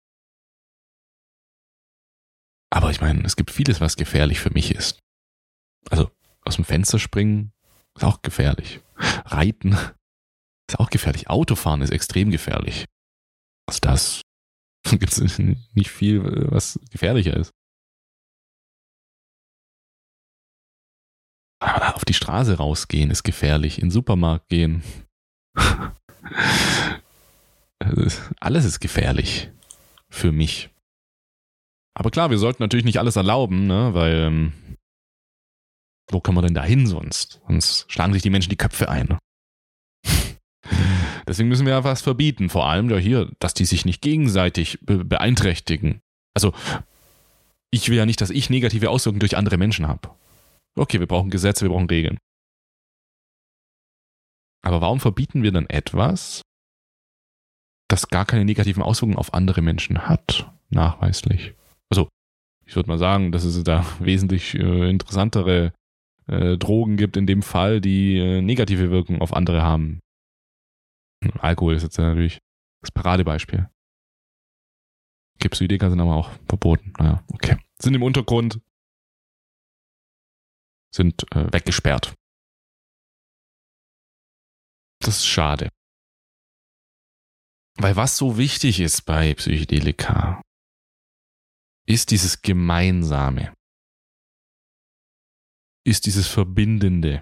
Aber ich meine, es gibt vieles, was gefährlich für mich ist. Also aus dem Fenster springen ist auch gefährlich. Reiten ist auch gefährlich. Autofahren ist extrem gefährlich. Also das gibt es nicht viel, was gefährlicher ist. Aber auf die Straße rausgehen ist gefährlich. In den Supermarkt gehen. Alles ist gefährlich für mich. Aber klar, wir sollten natürlich nicht alles erlauben, ne? Weil ähm, wo kann man denn da hin sonst? Sonst schlagen sich die Menschen die Köpfe ein. Deswegen müssen wir ja was verbieten. Vor allem ja hier, dass die sich nicht gegenseitig be- beeinträchtigen. Also ich will ja nicht, dass ich negative Auswirkungen durch andere Menschen habe. Okay, wir brauchen Gesetze, wir brauchen Regeln. Aber warum verbieten wir dann etwas, das gar keine negativen Auswirkungen auf andere Menschen hat, nachweislich. Also, ich würde mal sagen, dass es da wesentlich äh, interessantere äh, Drogen gibt in dem Fall, die äh, negative Wirkung auf andere haben. Alkohol ist jetzt natürlich das Paradebeispiel. Okay, Psychedelika sind aber auch verboten. Naja, okay. Sind im Untergrund, sind äh, weggesperrt. Das ist schade. Weil was so wichtig ist bei Psychedelika, ist dieses Gemeinsame, ist dieses Verbindende.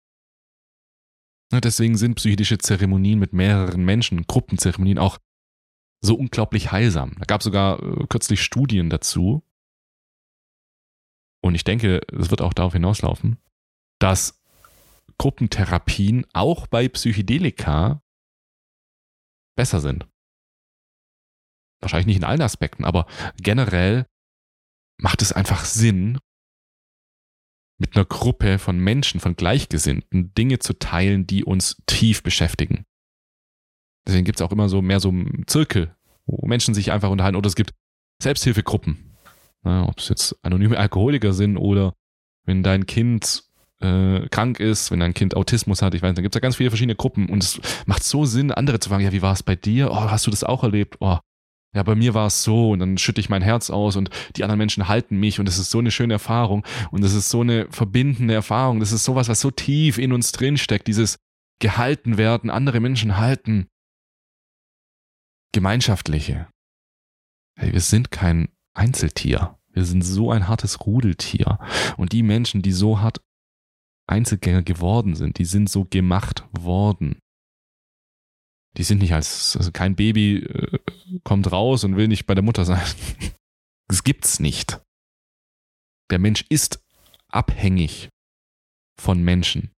Ja, deswegen sind psychedelische Zeremonien mit mehreren Menschen, Gruppenzeremonien auch so unglaublich heilsam. Da gab es sogar äh, kürzlich Studien dazu. Und ich denke, es wird auch darauf hinauslaufen, dass Gruppentherapien auch bei Psychedelika besser sind. Wahrscheinlich nicht in allen Aspekten, aber generell macht es einfach Sinn, mit einer Gruppe von Menschen, von Gleichgesinnten Dinge zu teilen, die uns tief beschäftigen. Deswegen gibt es auch immer so mehr so Zirkel, wo Menschen sich einfach unterhalten, oder es gibt Selbsthilfegruppen. Ja, ob es jetzt anonyme Alkoholiker sind oder wenn dein Kind äh, krank ist, wenn dein Kind Autismus hat, ich weiß nicht, da gibt es ja ganz viele verschiedene Gruppen und es macht so Sinn, andere zu fragen, ja, wie war es bei dir? Oh, hast du das auch erlebt? Oh, ja, bei mir war es so und dann schütte ich mein Herz aus und die anderen Menschen halten mich und das ist so eine schöne Erfahrung und das ist so eine verbindende Erfahrung, das ist sowas, was so tief in uns drinsteckt, dieses gehalten werden, andere Menschen halten, gemeinschaftliche. Hey, wir sind kein Einzeltier, wir sind so ein hartes Rudeltier und die Menschen, die so hart Einzelgänger geworden sind, die sind so gemacht worden. Die sind nicht als, also kein Baby äh, kommt raus und will nicht bei der Mutter sein. Das gibt's nicht. Der Mensch ist abhängig von Menschen.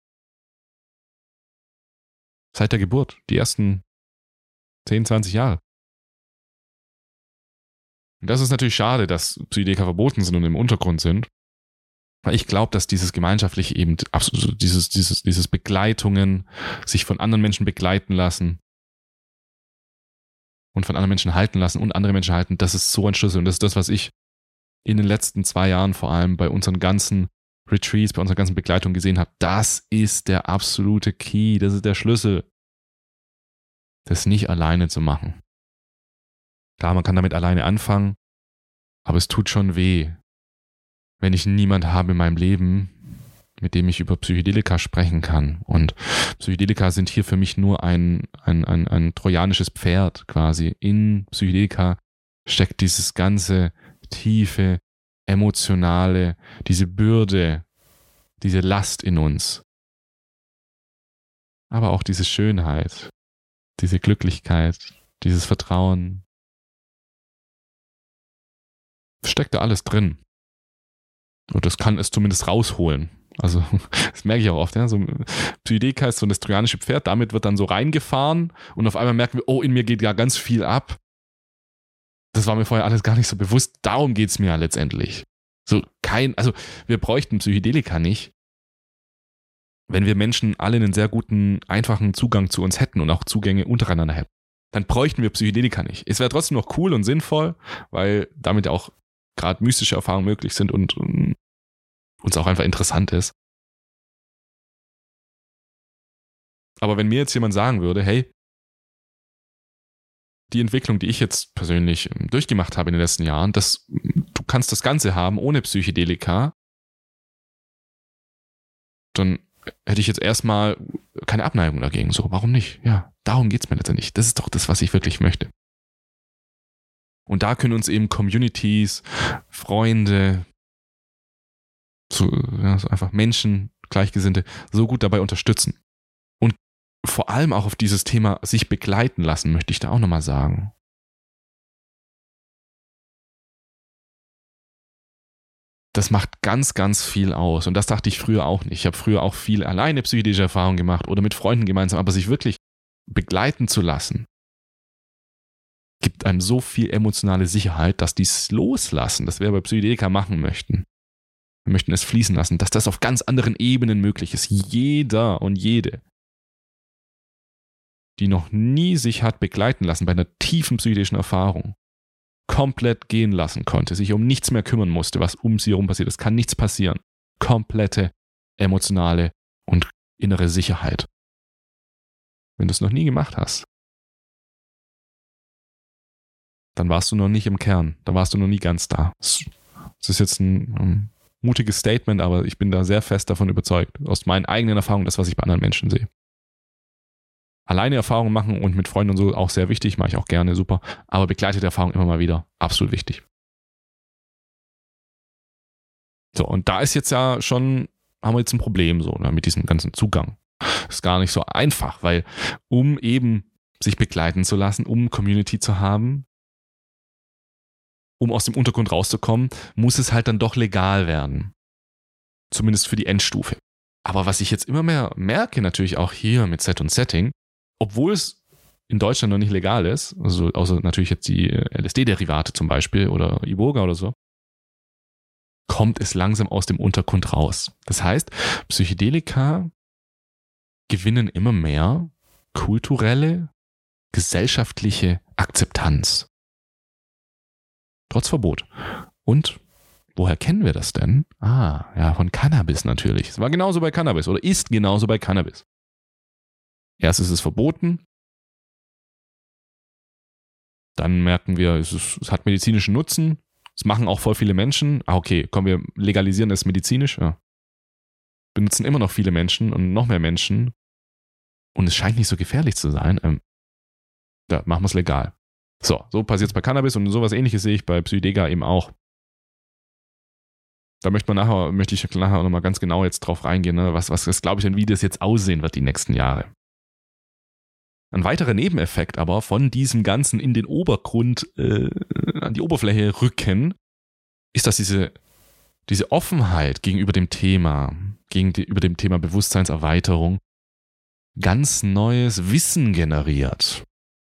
Seit der Geburt, die ersten zehn, zwanzig Jahre. Und das ist natürlich schade, dass Psychedelika verboten sind und im Untergrund sind. Weil ich glaube, dass dieses gemeinschaftliche eben, absolut, dieses, dieses, dieses Begleitungen, sich von anderen Menschen begleiten lassen und von anderen Menschen halten lassen und andere Menschen halten, das ist so ein Schlüssel. Und das ist das, was ich in den letzten zwei Jahren vor allem bei unseren ganzen Retreats, bei unserer ganzen Begleitung gesehen habe. Das ist der absolute Key, das ist der Schlüssel, das nicht alleine zu machen. Klar, man kann damit alleine anfangen, aber es tut schon weh, wenn ich niemand habe in meinem Leben, mit dem ich über Psychedelika sprechen kann. Und Psychedelika sind hier für mich nur ein, ein, ein, ein trojanisches Pferd quasi. In Psychedelika steckt dieses ganze tiefe, emotionale, diese Bürde, diese Last in uns. Aber auch diese Schönheit, diese Glücklichkeit, dieses Vertrauen. Steckt da alles drin. Und das kann es zumindest rausholen. Also, das merke ich auch oft. Ja? So, Psychedelika ist so das trojanische Pferd, damit wird dann so reingefahren und auf einmal merken wir, oh, in mir geht ja ganz viel ab. Das war mir vorher alles gar nicht so bewusst. Darum geht es mir ja letztendlich. So kein, also wir bräuchten Psychedelika nicht, wenn wir Menschen alle einen sehr guten, einfachen Zugang zu uns hätten und auch Zugänge untereinander hätten. Dann bräuchten wir Psychedelika nicht. Es wäre trotzdem noch cool und sinnvoll, weil damit ja auch gerade mystische Erfahrungen möglich sind und um, uns auch einfach interessant ist. Aber wenn mir jetzt jemand sagen würde, hey, die Entwicklung, die ich jetzt persönlich durchgemacht habe in den letzten Jahren, das, du kannst das Ganze haben ohne Psychedelika, dann hätte ich jetzt erstmal keine Abneigung dagegen. So, warum nicht? Ja, darum geht es mir letztendlich. Das ist doch das, was ich wirklich möchte. Und da können uns eben Communities, Freunde, so, ja, so einfach Menschen, Gleichgesinnte, so gut dabei unterstützen. Und vor allem auch auf dieses Thema sich begleiten lassen, möchte ich da auch nochmal sagen. Das macht ganz, ganz viel aus. Und das dachte ich früher auch nicht. Ich habe früher auch viel alleine psychedelische Erfahrungen gemacht oder mit Freunden gemeinsam, aber sich wirklich begleiten zu lassen, gibt einem so viel emotionale Sicherheit, dass die es loslassen, das wir bei Psychedelika machen möchten. Wir möchten es fließen lassen, dass das auf ganz anderen Ebenen möglich ist. Jeder und jede, die noch nie sich hat begleiten lassen bei einer tiefen psychischen Erfahrung, komplett gehen lassen konnte, sich um nichts mehr kümmern musste, was um sie herum passiert. Es kann nichts passieren. Komplette emotionale und innere Sicherheit. Wenn du es noch nie gemacht hast, dann warst du noch nicht im Kern. Da warst du noch nie ganz da. Das ist jetzt ein, ein mutiges Statement, aber ich bin da sehr fest davon überzeugt, aus meinen eigenen Erfahrungen, das, was ich bei anderen Menschen sehe. Alleine Erfahrungen machen und mit Freunden und so auch sehr wichtig, mache ich auch gerne, super. Aber begleitete Erfahrungen immer mal wieder, absolut wichtig. So, und da ist jetzt ja schon, haben wir jetzt ein Problem so, ne, mit diesem ganzen Zugang. Das ist gar nicht so einfach, weil um eben sich begleiten zu lassen, um Community zu haben, um aus dem Untergrund rauszukommen, muss es halt dann doch legal werden. Zumindest für die Endstufe. Aber was ich jetzt immer mehr merke, natürlich auch hier mit Set und Setting, obwohl es in Deutschland noch nicht legal ist, also außer natürlich jetzt die L S D-Derivate zum Beispiel oder Iboga oder so, kommt es langsam aus dem Untergrund raus. Das heißt, Psychedelika gewinnen immer mehr kulturelle, gesellschaftliche Akzeptanz. Trotz Verbot. Und woher kennen wir das denn? Ah, ja, von Cannabis natürlich. Es war genauso bei Cannabis oder ist genauso bei Cannabis. Erst ist es verboten, dann merken wir, es, ist, es hat medizinischen Nutzen, es machen auch voll viele Menschen. Ah, okay, komm, wir legalisieren es medizinisch. Ja. Benutzen immer noch viele Menschen und noch mehr Menschen und es scheint nicht so gefährlich zu sein. Ähm, ja, machen wir es legal. So, so passiert es bei Cannabis und sowas Ähnliches sehe ich bei Psychedelika eben auch. Da möchte man nachher, möchte ich nachher nochmal ganz genau jetzt drauf reingehen, ne? was, was, was glaube ich denn, wie das jetzt aussehen wird die nächsten Jahre. Ein weiterer Nebeneffekt aber von diesem Ganzen in den Obergrund, äh, an die Oberfläche rücken, ist, dass diese, diese Offenheit gegenüber dem Thema, gegenüber dem Thema Bewusstseinserweiterung ganz neues Wissen generiert.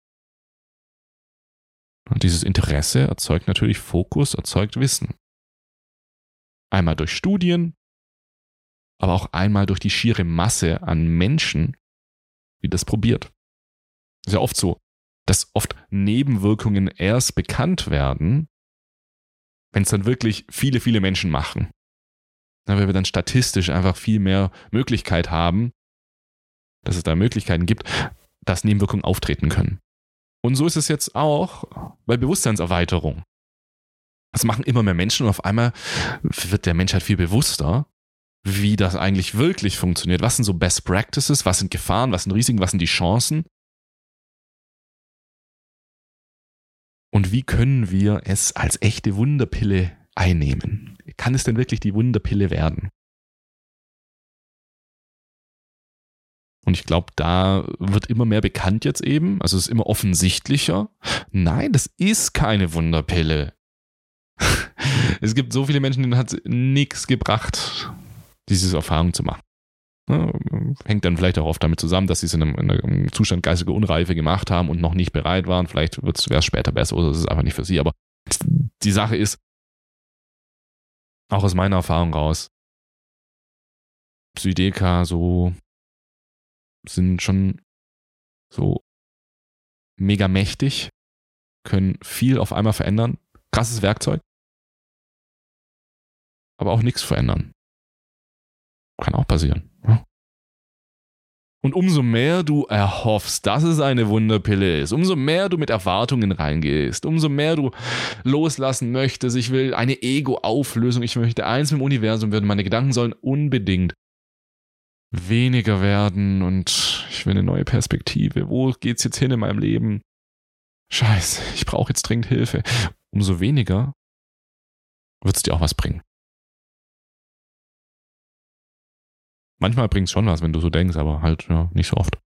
Und dieses Interesse erzeugt natürlich Fokus, erzeugt Wissen. Einmal durch Studien, aber auch einmal durch die schiere Masse an Menschen, die das probiert. Es ist ja oft so, dass oft Nebenwirkungen erst bekannt werden, wenn es dann wirklich viele, viele Menschen machen. Ja, weil wir dann statistisch einfach viel mehr Möglichkeit haben, dass es da Möglichkeiten gibt, dass Nebenwirkungen auftreten können. Und so ist es jetzt auch bei Bewusstseinserweiterung. Das machen immer mehr Menschen und auf einmal wird der Mensch halt viel bewusster, wie das eigentlich wirklich funktioniert. Was sind so Best Practices, was sind Gefahren, was sind Risiken, was sind die Chancen? Und wie können wir es als echte Wunderpille einnehmen? Kann es denn wirklich die Wunderpille werden? Und ich glaube, da wird immer mehr bekannt jetzt eben, also es ist immer offensichtlicher. Nein, das ist keine Wunderpille. Es gibt so viele Menschen, denen hat es nichts gebracht, diese Erfahrung zu machen. Ja, hängt dann vielleicht auch oft damit zusammen, dass sie es in einem, in einem Zustand geistiger Unreife gemacht haben und noch nicht bereit waren. Vielleicht wäre es später besser oder es ist einfach nicht für sie. Aber die Sache ist, auch aus meiner Erfahrung raus, Psychedelika so sind schon so mega mächtig, können viel auf einmal verändern. Krasses Werkzeug, aber auch nichts verändern. Kann auch passieren. Ja? Und umso mehr du erhoffst, dass es eine Wunderpille ist, umso mehr du mit Erwartungen reingehst, umso mehr du loslassen möchtest, ich will eine Ego-Auflösung, ich möchte eins mit dem Universum werden, meine Gedanken sollen unbedingt weniger werden und ich will eine neue Perspektive. Wo geht's jetzt hin in meinem Leben? Scheiße, ich brauche jetzt dringend Hilfe. Umso weniger wird es dir auch was bringen. Manchmal bringt es schon was, wenn du so denkst, aber halt ja, nicht so oft.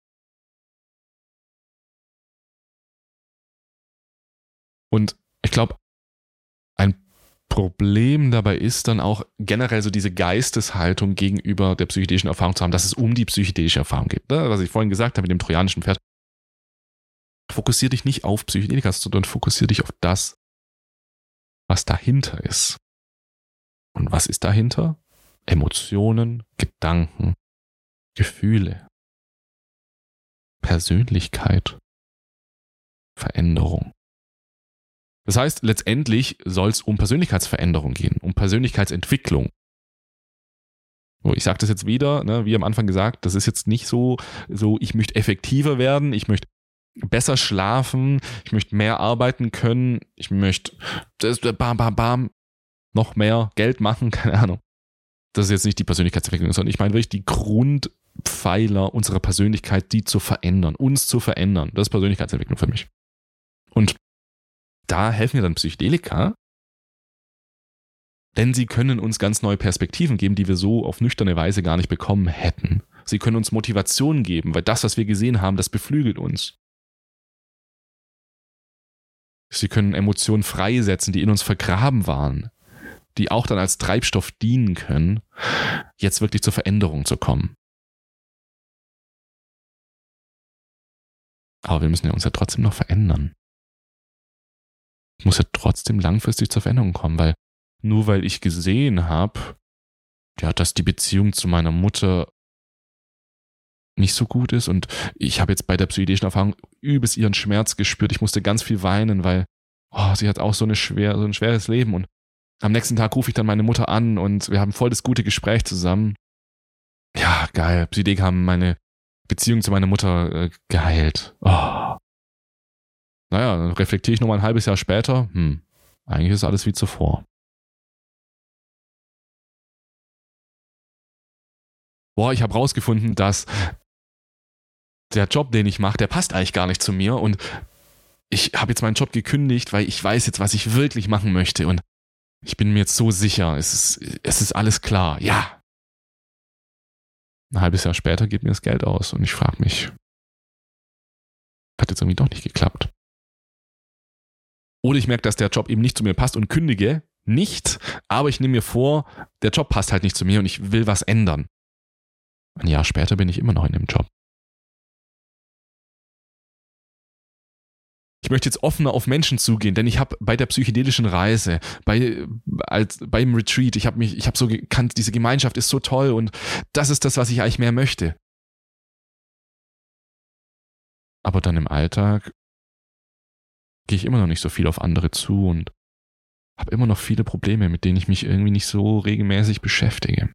Und ich glaube, ein Problem dabei ist dann auch generell so diese Geisteshaltung gegenüber der psychedelischen Erfahrung zu haben, dass es um die psychedelische Erfahrung geht. Was ich vorhin gesagt habe mit dem trojanischen Pferd. Fokussier dich nicht auf Psychedelika, sondern fokussier dich auf das, was dahinter ist. Und was ist dahinter? Emotionen, Gedanken, Gefühle, Persönlichkeit, Veränderung. Das heißt, letztendlich soll es um Persönlichkeitsveränderung gehen, um Persönlichkeitsentwicklung. So, ich sage das jetzt wieder, ne, wie am Anfang gesagt, das ist jetzt nicht so, so, ich möchte effektiver werden, ich möchte besser schlafen, ich möchte mehr arbeiten können, ich möchte das, bam, bam, bam, noch mehr Geld machen, keine Ahnung. Das ist jetzt nicht die Persönlichkeitsentwicklung, sondern ich meine wirklich die Grundpfeiler unserer Persönlichkeit, die zu verändern, uns zu verändern. Das ist Persönlichkeitsentwicklung für mich. Und da helfen mir dann Psychedelika, denn sie können uns ganz neue Perspektiven geben, die wir so auf nüchterne Weise gar nicht bekommen hätten. Sie können uns Motivation geben, weil das, was wir gesehen haben, das beflügelt uns. Sie können Emotionen freisetzen, die in uns vergraben waren, die auch dann als Treibstoff dienen können, jetzt wirklich zur Veränderung zu kommen. Aber wir müssen ja uns ja trotzdem noch verändern. Ich muss ja trotzdem langfristig zur Veränderung kommen, weil nur weil ich gesehen habe, ja, dass die Beziehung zu meiner Mutter nicht so gut ist und ich habe jetzt bei der psychedelischen Erfahrung übelst ihren Schmerz gespürt. Ich musste ganz viel weinen, weil oh, sie hat auch so, eine schwer, so ein schweres Leben und am nächsten Tag rufe ich dann meine Mutter an und wir haben voll das gute Gespräch zusammen. Ja, geil. Psychedelika haben meine Beziehung zu meiner Mutter äh, geheilt. Oh. Naja, dann reflektiere ich nochmal ein halbes Jahr später. Hm, eigentlich ist alles wie zuvor. Boah, ich habe rausgefunden, dass der Job, den ich mache, der passt eigentlich gar nicht zu mir und ich habe jetzt meinen Job gekündigt, weil ich weiß jetzt, was ich wirklich machen möchte und ich bin mir jetzt so sicher, es ist, es ist alles klar, ja. Ein halbes Jahr später geht mir das Geld aus und ich frage mich, hat jetzt irgendwie doch nicht geklappt. Oder ich merke, dass der Job eben nicht zu mir passt und kündige nicht, aber ich nehme mir vor, der Job passt halt nicht zu mir und ich will was ändern. Ein Jahr später bin ich immer noch in dem Job. Ich möchte jetzt offener auf Menschen zugehen, denn ich habe bei der psychedelischen Reise, bei, als, beim Retreat, ich habe mich, ich habe so gekannt, diese Gemeinschaft ist so toll und das ist das, was ich eigentlich mehr möchte. Aber dann im Alltag gehe ich immer noch nicht so viel auf andere zu und habe immer noch viele Probleme, mit denen ich mich irgendwie nicht so regelmäßig beschäftige.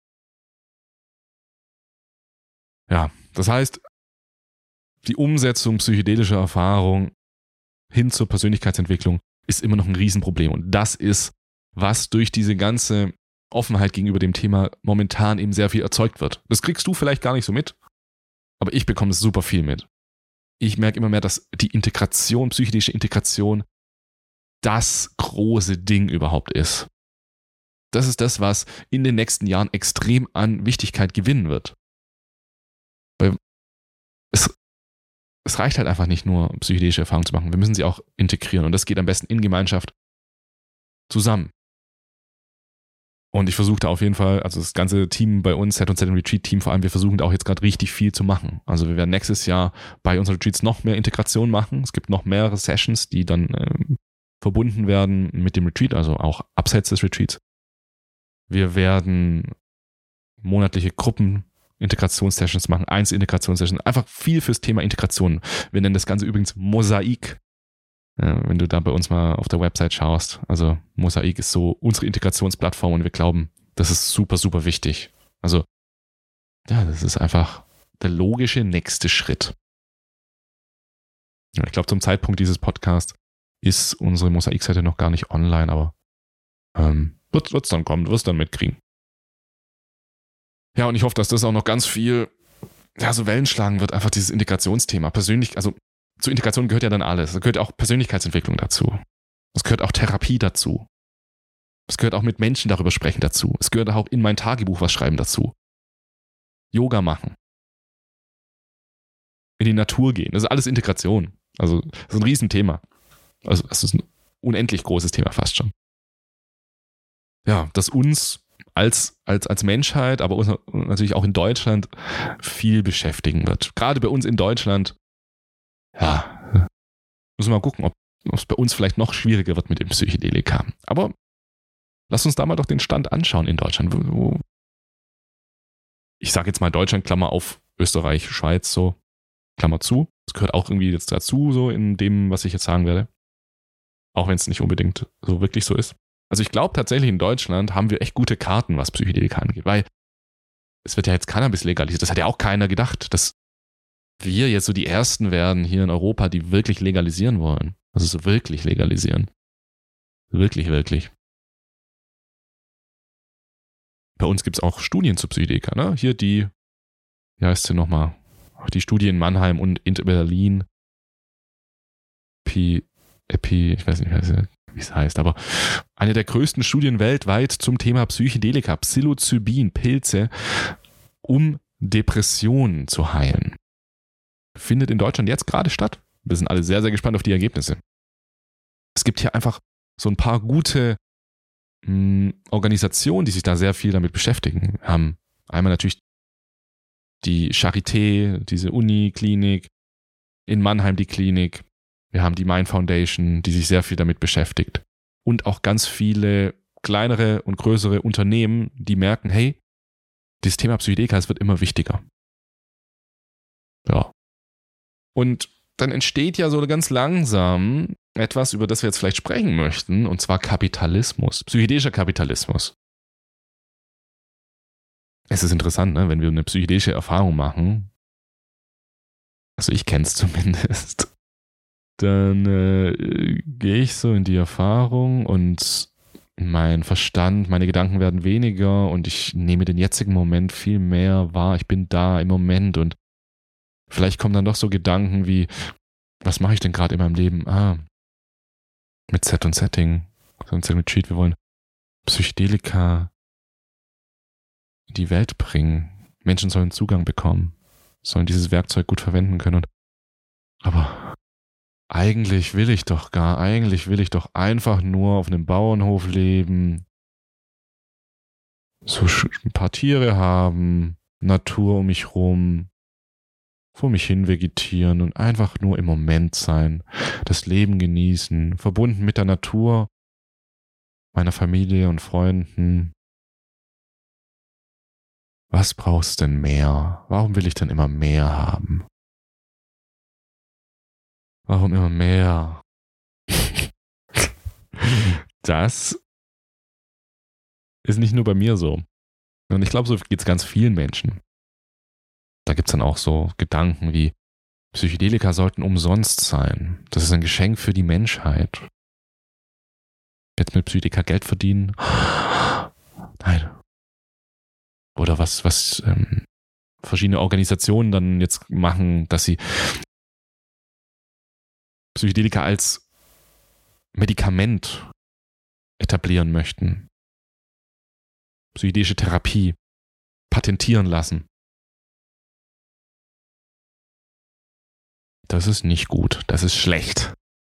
Ja, das heißt, die Umsetzung psychedelischer Erfahrung hin zur Persönlichkeitsentwicklung ist immer noch ein Riesenproblem. Und das ist, was durch diese ganze Offenheit gegenüber dem Thema momentan eben sehr viel erzeugt wird. Das kriegst du vielleicht gar nicht so mit, aber ich bekomme es super viel mit. Ich merke immer mehr, dass die Integration, psychedelische Integration, das große Ding überhaupt ist. Das ist das, was in den nächsten Jahren extrem an Wichtigkeit gewinnen wird. Weil es, es reicht halt einfach nicht nur, psychedelische Erfahrungen zu machen. Wir müssen sie auch integrieren. Und das geht am besten in Gemeinschaft zusammen. Und ich versuche da auf jeden Fall, also das ganze Team bei uns, Set und Set Retreat Team vor allem, wir versuchen da auch jetzt gerade richtig viel zu machen. Also wir werden nächstes Jahr bei unseren Retreats noch mehr Integration machen. Es gibt noch mehrere Sessions, die dann ähm, verbunden werden mit dem Retreat, also auch abseits des Retreats. Wir werden monatliche Gruppen-Integrationssessions machen, Einzelintegrationssessions, einfach viel fürs Thema Integration. Wir nennen das Ganze übrigens Mosaik. Ja, wenn du da bei uns mal auf der Website schaust. Also Mosaik ist so unsere Integrationsplattform und wir glauben, das ist super, super wichtig. Also ja, das ist einfach der logische nächste Schritt. Ja, ich glaube, zum Zeitpunkt dieses Podcasts ist unsere Mosaik-Seite noch gar nicht online, aber ähm, wird es dann kommen, du wirst dann mitkriegen. Ja, und ich hoffe, dass das auch noch ganz viel ja, so Wellen schlagen wird, einfach dieses Integrationsthema. Persönlich, also zur Integration gehört ja dann alles. Es gehört auch Persönlichkeitsentwicklung dazu. Es gehört auch Therapie dazu. Es gehört auch mit Menschen darüber sprechen dazu. Es gehört auch in mein Tagebuch was schreiben dazu. Yoga machen. In die Natur gehen. Das ist alles Integration. Also das ist ein Riesenthema. Also das ist ein unendlich großes Thema fast schon. Ja, das uns als, als, als Menschheit, aber uns natürlich auch in Deutschland viel beschäftigen wird. Gerade bei uns in Deutschland, ja, müssen wir mal gucken, ob es bei uns vielleicht noch schwieriger wird mit dem Psychedelika. Aber lass uns da mal doch den Stand anschauen in Deutschland. Wo, ich sage jetzt mal Deutschland, Klammer auf Österreich, Schweiz, so. Klammer zu. Das gehört auch irgendwie jetzt dazu, so in dem, was ich jetzt sagen werde. Auch wenn es nicht unbedingt so wirklich so ist. Also ich glaube tatsächlich, in Deutschland haben wir echt gute Karten, was Psychedelika angeht, weil es wird ja jetzt Cannabis legalisiert. Das hat ja auch keiner gedacht, dass wir jetzt so die Ersten werden hier in Europa, die wirklich legalisieren wollen. Also so wirklich legalisieren. Wirklich, wirklich. Bei uns gibt es auch Studien zu Psychedelika, ne? Hier die, wie heißt sie nochmal? Die Studie in Mannheim und in Berlin. Epi, Epi, ich weiß nicht, wie es heißt, aber eine der größten Studien weltweit zum Thema Psychedelika, Psilocybin, Pilze, um Depressionen zu heilen. Findet in Deutschland jetzt gerade statt. Wir sind alle sehr, sehr gespannt auf die Ergebnisse. Es gibt hier einfach so ein paar gute mh, Organisationen, die sich da sehr viel damit beschäftigen. Wir haben einmal natürlich die Charité, diese Uni-Klinik, in Mannheim die Klinik. Wir haben die Mind Foundation, die sich sehr viel damit beschäftigt. Und auch ganz viele kleinere und größere Unternehmen, die merken, hey, dieses Thema Psychedelika, es wird immer wichtiger. Ja. Und dann entsteht ja so ganz langsam etwas, über das wir jetzt vielleicht sprechen möchten, und zwar Kapitalismus, psychedelischer Kapitalismus. Es ist interessant, ne, wenn wir eine psychedelische Erfahrung machen, also ich kenne es zumindest, dann äh, gehe ich so in die Erfahrung und mein Verstand, meine Gedanken werden weniger und ich nehme den jetzigen Moment viel mehr wahr. Ich bin da im Moment und vielleicht kommen dann doch so Gedanken wie, was mache ich denn gerade in meinem Leben? Ah, mit Set und Setting, Set und Setting Retreat, wir wollen Psychedelika in die Welt bringen. Menschen sollen Zugang bekommen, sollen dieses Werkzeug gut verwenden können. Und, aber eigentlich will ich doch gar, eigentlich will ich doch einfach nur auf einem Bauernhof leben, so ein paar Tiere haben, Natur um mich rum, vor mich hin vegetieren und einfach nur im Moment sein, das Leben genießen, verbunden mit der Natur, meiner Familie und Freunden. Was brauchst denn mehr? Warum will ich denn immer mehr haben? Warum immer mehr? Das ist nicht nur bei mir so. Und ich glaube, so geht es ganz vielen Menschen. Da gibt es dann auch so Gedanken wie, Psychedelika sollten umsonst sein. Das ist ein Geschenk für die Menschheit. Jetzt mit Psychedelika Geld verdienen? Nein. Oder was, was ähm, verschiedene Organisationen dann jetzt machen, dass sie Psychedelika als Medikament etablieren möchten. Psychedelische Therapie patentieren lassen. Das ist nicht gut. Das ist schlecht.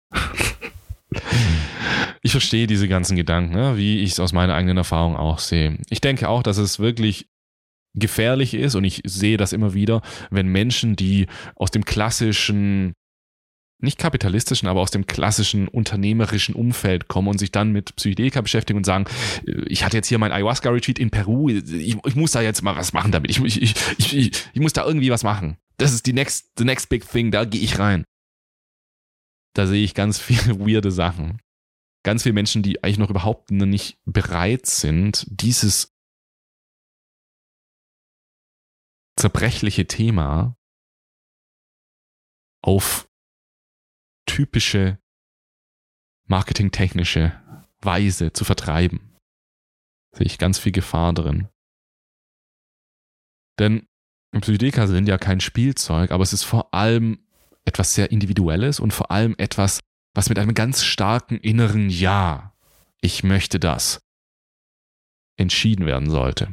Ich verstehe diese ganzen Gedanken, ne, wie ich es aus meiner eigenen Erfahrung auch sehe. Ich denke auch, dass es wirklich gefährlich ist und ich sehe das immer wieder, wenn Menschen, die aus dem klassischen, nicht kapitalistischen, aber aus dem klassischen unternehmerischen Umfeld kommen und sich dann mit Psychedelika beschäftigen und sagen, ich hatte jetzt hier mein Ayahuasca-Retreat in Peru, ich, ich muss da jetzt mal was machen damit, ich, ich, ich, ich, ich muss da irgendwie was machen. Das ist die next, the next big thing, da gehe ich rein. Da sehe ich ganz viele weirde Sachen. Ganz viele Menschen, die eigentlich noch überhaupt nicht bereit sind, dieses zerbrechliche Thema auf typische marketingtechnische Weise zu vertreiben. Da sehe ich ganz viel Gefahr drin. Denn Psychedelika sind ja kein Spielzeug, aber es ist vor allem etwas sehr Individuelles und vor allem etwas, was mit einem ganz starken inneren Ja, ich möchte das, entschieden werden sollte.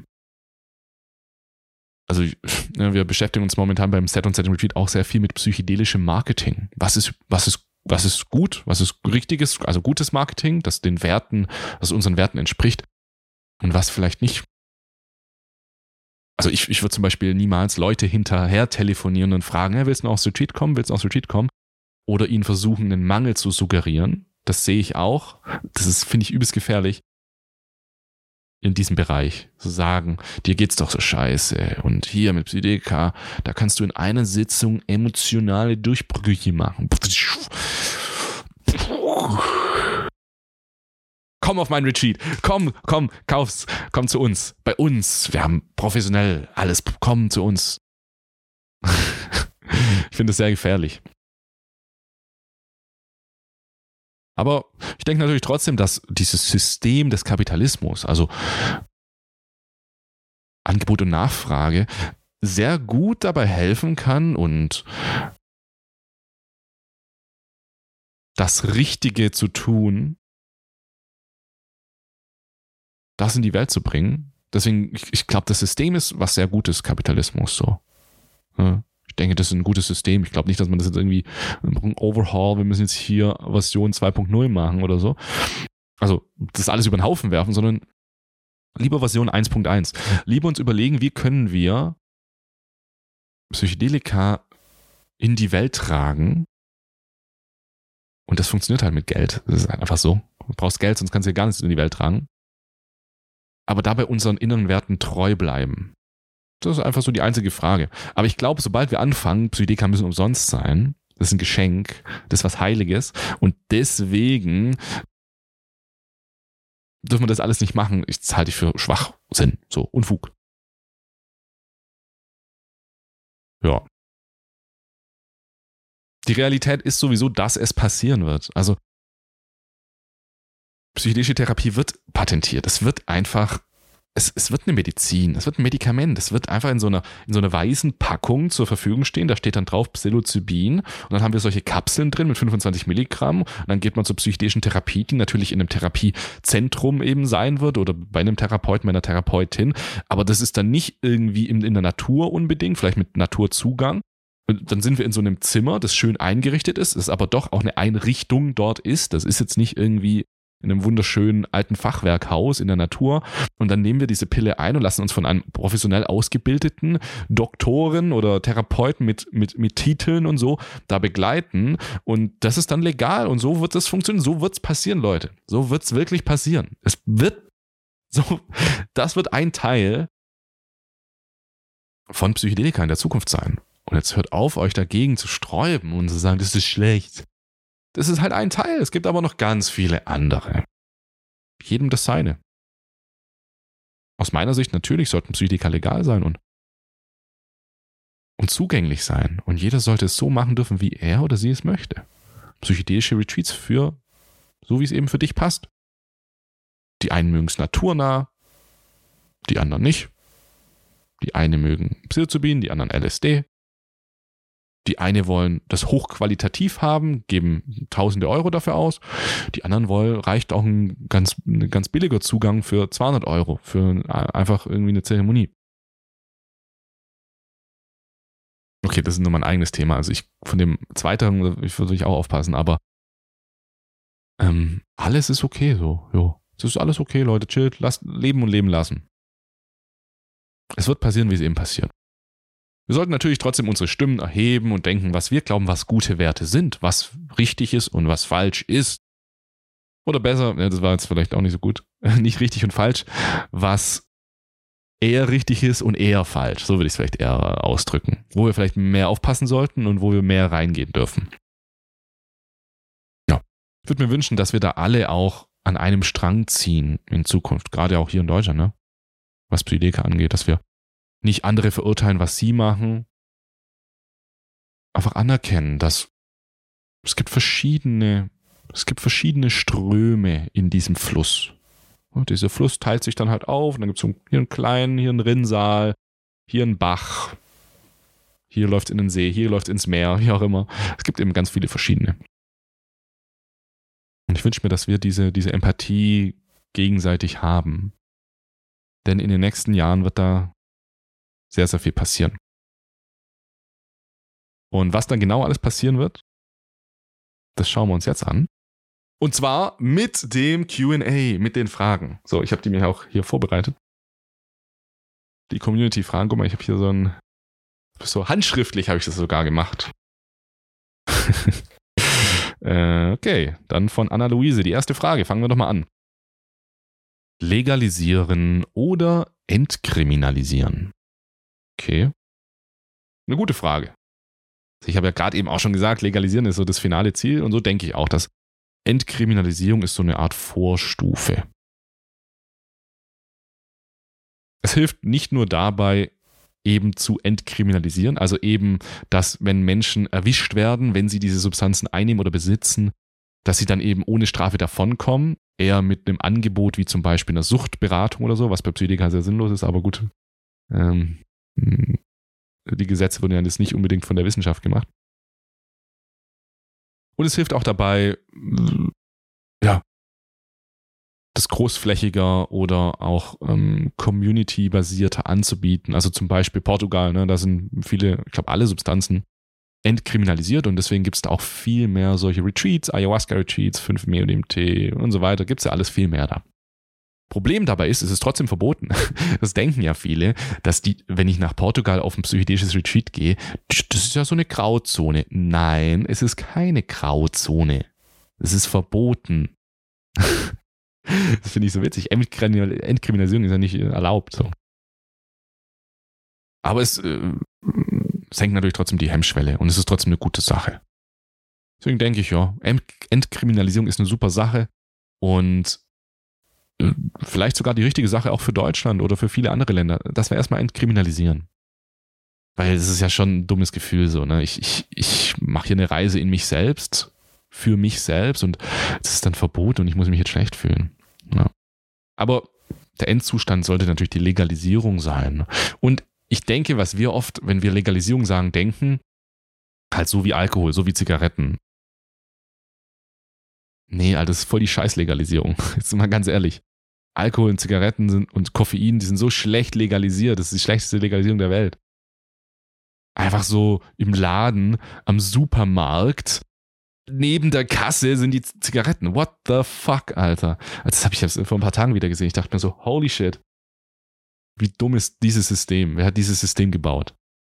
Also wir beschäftigen uns momentan beim Set und Setting Retreat auch sehr viel mit psychedelischem Marketing. Was ist, was ist, was ist gut, was ist richtiges, also gutes Marketing, das den Werten, das unseren Werten entspricht und was vielleicht nicht. Also ich, ich würde zum Beispiel niemals Leute hinterher telefonieren und fragen, hey, willst du noch aufs Retreat kommen, willst du noch aufs Retreat kommen? Oder ihnen versuchen, einen Mangel zu suggerieren. Das sehe ich auch. Das ist, finde ich, übelst gefährlich. in diesem Bereich so sagen, dir geht's doch so scheiße und hier mit Psychedelika, da kannst du in einer Sitzung emotionale Durchbrüche machen. Komm auf mein Retreat, komm, komm, kauf's, komm zu uns, bei uns, wir haben professionell alles, komm zu uns. Ich finde das sehr gefährlich. Aber ich denke natürlich trotzdem, dass dieses System des Kapitalismus, also Angebot und Nachfrage, sehr gut dabei helfen kann und das Richtige zu tun, das in die Welt zu bringen. Deswegen, ich, ich glaube, das System ist was sehr Gutes, Kapitalismus so. Ja. Ich denke, das ist ein gutes System. Ich glaube nicht, dass man das jetzt irgendwie ein Overhaul, wir müssen jetzt hier Version zwei Punkt null machen oder so. Also das alles über den Haufen werfen, sondern lieber Version eins Punkt eins. Lieber uns überlegen, wie können wir Psychedelika in die Welt tragen. Und das funktioniert halt mit Geld. Das ist einfach so. Du brauchst Geld, sonst kannst du ja gar nichts in die Welt tragen. Aber dabei unseren inneren Werten treu bleiben. Das ist einfach so die einzige Frage. Aber ich glaube, sobald wir anfangen, Psychedelika müssen umsonst sein, das ist ein Geschenk, das ist was Heiliges und deswegen dürfen wir das alles nicht machen. Das halte ich für Schwachsinn, so Unfug. Ja. Die Realität ist sowieso, dass es passieren wird. Also psychedelische Therapie wird patentiert. Es wird einfach Es, es wird eine Medizin, es wird ein Medikament, es wird einfach in so einer, in so einer weißen Packung zur Verfügung stehen, da steht dann drauf Psilocybin und dann haben wir solche Kapseln drin mit fünfundzwanzig Milligramm und dann geht man zur psychedelischen Therapie, die natürlich in einem Therapiezentrum eben sein wird oder bei einem Therapeuten, bei einer Therapeutin, aber das ist dann nicht irgendwie in, in der Natur unbedingt, vielleicht mit Naturzugang. Und dann sind wir in so einem Zimmer, das schön eingerichtet ist, es aber doch auch eine Einrichtung dort ist, das ist jetzt nicht irgendwie in einem wunderschönen alten Fachwerkhaus in der Natur und dann nehmen wir diese Pille ein und lassen uns von einem professionell ausgebildeten Doktoren oder Therapeuten mit, mit, mit Titeln und so da begleiten und das ist dann legal und so wird es funktionieren, so wird es passieren, Leute. So wird es wirklich passieren. Es wird so, das wird ein Teil von Psychedelika in der Zukunft sein. Und jetzt hört auf, euch dagegen zu sträuben und zu sagen, das ist schlecht. Das ist halt ein Teil. Es gibt aber noch ganz viele andere. Jedem das seine. Aus meiner Sicht natürlich sollten Psychedelika legal sein und, und zugänglich sein. Und jeder sollte es so machen dürfen, wie er oder sie es möchte. Psychedelische Retreats für, so wie es eben für dich passt. Die einen mögen es naturnah, die anderen nicht. Die einen mögen Psilocybin, die anderen L S D. Die eine wollen das hochqualitativ haben, geben tausende Euro dafür aus. Die anderen wollen, reicht auch ein ganz, ein ganz billiger Zugang für zweihundert Euro für einfach irgendwie eine Zeremonie. Okay, das ist nur mein eigenes Thema. Also ich von dem Zweiteren, ich würde ich auch aufpassen, aber ähm, alles ist okay so. Jo. Es ist alles okay, Leute, chillt, lasst leben und leben lassen. Es wird passieren, wie es eben passiert. Wir sollten natürlich trotzdem unsere Stimmen erheben und denken, was wir glauben, was gute Werte sind, was richtig ist und was falsch ist. Oder besser, ja, das war jetzt vielleicht auch nicht so gut, nicht richtig und falsch, was eher richtig ist und eher falsch. So würde ich es vielleicht eher ausdrücken. Wo wir vielleicht mehr aufpassen sollten und wo wir mehr reingehen dürfen. Ja. Ich würde mir wünschen, dass wir da alle auch an einem Strang ziehen in Zukunft, gerade auch hier in Deutschland, ne? Was Psychedelika angeht, dass wir nicht andere verurteilen, was sie machen. Einfach anerkennen, dass es gibt verschiedene, es gibt verschiedene Ströme in diesem Fluss. Und dieser Fluss teilt sich dann halt auf und dann gibt es hier einen kleinen, hier einen Rinnsal, hier einen Bach, hier läuft es in den See, hier läuft es ins Meer, wie auch immer. Es gibt eben ganz viele verschiedene. Und ich wünsche mir, dass wir diese, diese Empathie gegenseitig haben. Denn in den nächsten Jahren wird da sehr, sehr viel passieren. Und was dann genau alles passieren wird, das schauen wir uns jetzt an. Und zwar mit dem Q und A, mit den Fragen. So, ich habe die mir auch hier vorbereitet. Die Community-Fragen, guck mal, ich habe hier so ein, so handschriftlich habe ich das sogar gemacht. äh, okay, dann von Anna-Luise. Die erste Frage, fangen wir doch mal an. Legalisieren oder entkriminalisieren? Okay. Eine gute Frage. Ich habe ja gerade eben auch schon gesagt, legalisieren ist so das finale Ziel und so denke ich auch, dass Entkriminalisierung ist so eine Art Vorstufe. Es hilft nicht nur dabei, eben zu entkriminalisieren, also eben, dass wenn Menschen erwischt werden, wenn sie diese Substanzen einnehmen oder besitzen, dass sie dann eben ohne Strafe davonkommen, eher mit einem Angebot wie zum Beispiel einer Suchtberatung oder so, was bei Psychedelika sehr sinnlos ist, aber gut. Ähm, die Gesetze wurden ja jetzt nicht unbedingt von der Wissenschaft gemacht. Und es hilft auch dabei, ja, das großflächiger oder auch ähm, community-basierter anzubieten. Also zum Beispiel Portugal, ne, da sind viele, ich glaube alle Substanzen entkriminalisiert und deswegen gibt es da auch viel mehr solche Retreats, Ayahuasca-Retreats, fünf M D M T und so weiter, gibt es ja alles viel mehr da. Problem dabei ist, es ist trotzdem verboten. Das denken ja viele, dass die, wenn ich nach Portugal auf ein psychedelisches Retreat gehe, das ist ja so eine Grauzone. Nein, es ist keine Grauzone. Es ist verboten. Das finde ich so witzig. Entkriminalisierung ist ja nicht erlaubt. So. Aber es äh, senkt natürlich trotzdem die Hemmschwelle und es ist trotzdem eine gute Sache. Deswegen denke ich, ja, Entkriminalisierung ist eine super Sache und äh, vielleicht sogar die richtige Sache auch für Deutschland oder für viele andere Länder, dass wir erstmal entkriminalisieren. Weil es ist ja schon ein dummes Gefühl so, ne? Ich, ich, ich mache hier eine Reise in mich selbst, für mich selbst und es ist dann verboten und ich muss mich jetzt schlecht fühlen. Ja. Aber der Endzustand sollte natürlich die Legalisierung sein. Und ich denke, was wir oft, wenn wir Legalisierung sagen, denken, halt so wie Alkohol, so wie Zigaretten. Nee, Alter, das ist voll die Scheißlegalisierung. Jetzt mal ganz ehrlich. Alkohol und Zigaretten sind, und Koffein, die sind so schlecht legalisiert. Das ist die schlechteste Legalisierung der Welt. Einfach so im Laden, am Supermarkt, neben der Kasse sind die Zigaretten. What the fuck, Alter? Das habe ich jetzt vor ein paar Tagen wieder gesehen. Ich dachte mir so, holy shit. Wie dumm ist dieses System? Wer hat dieses System gebaut?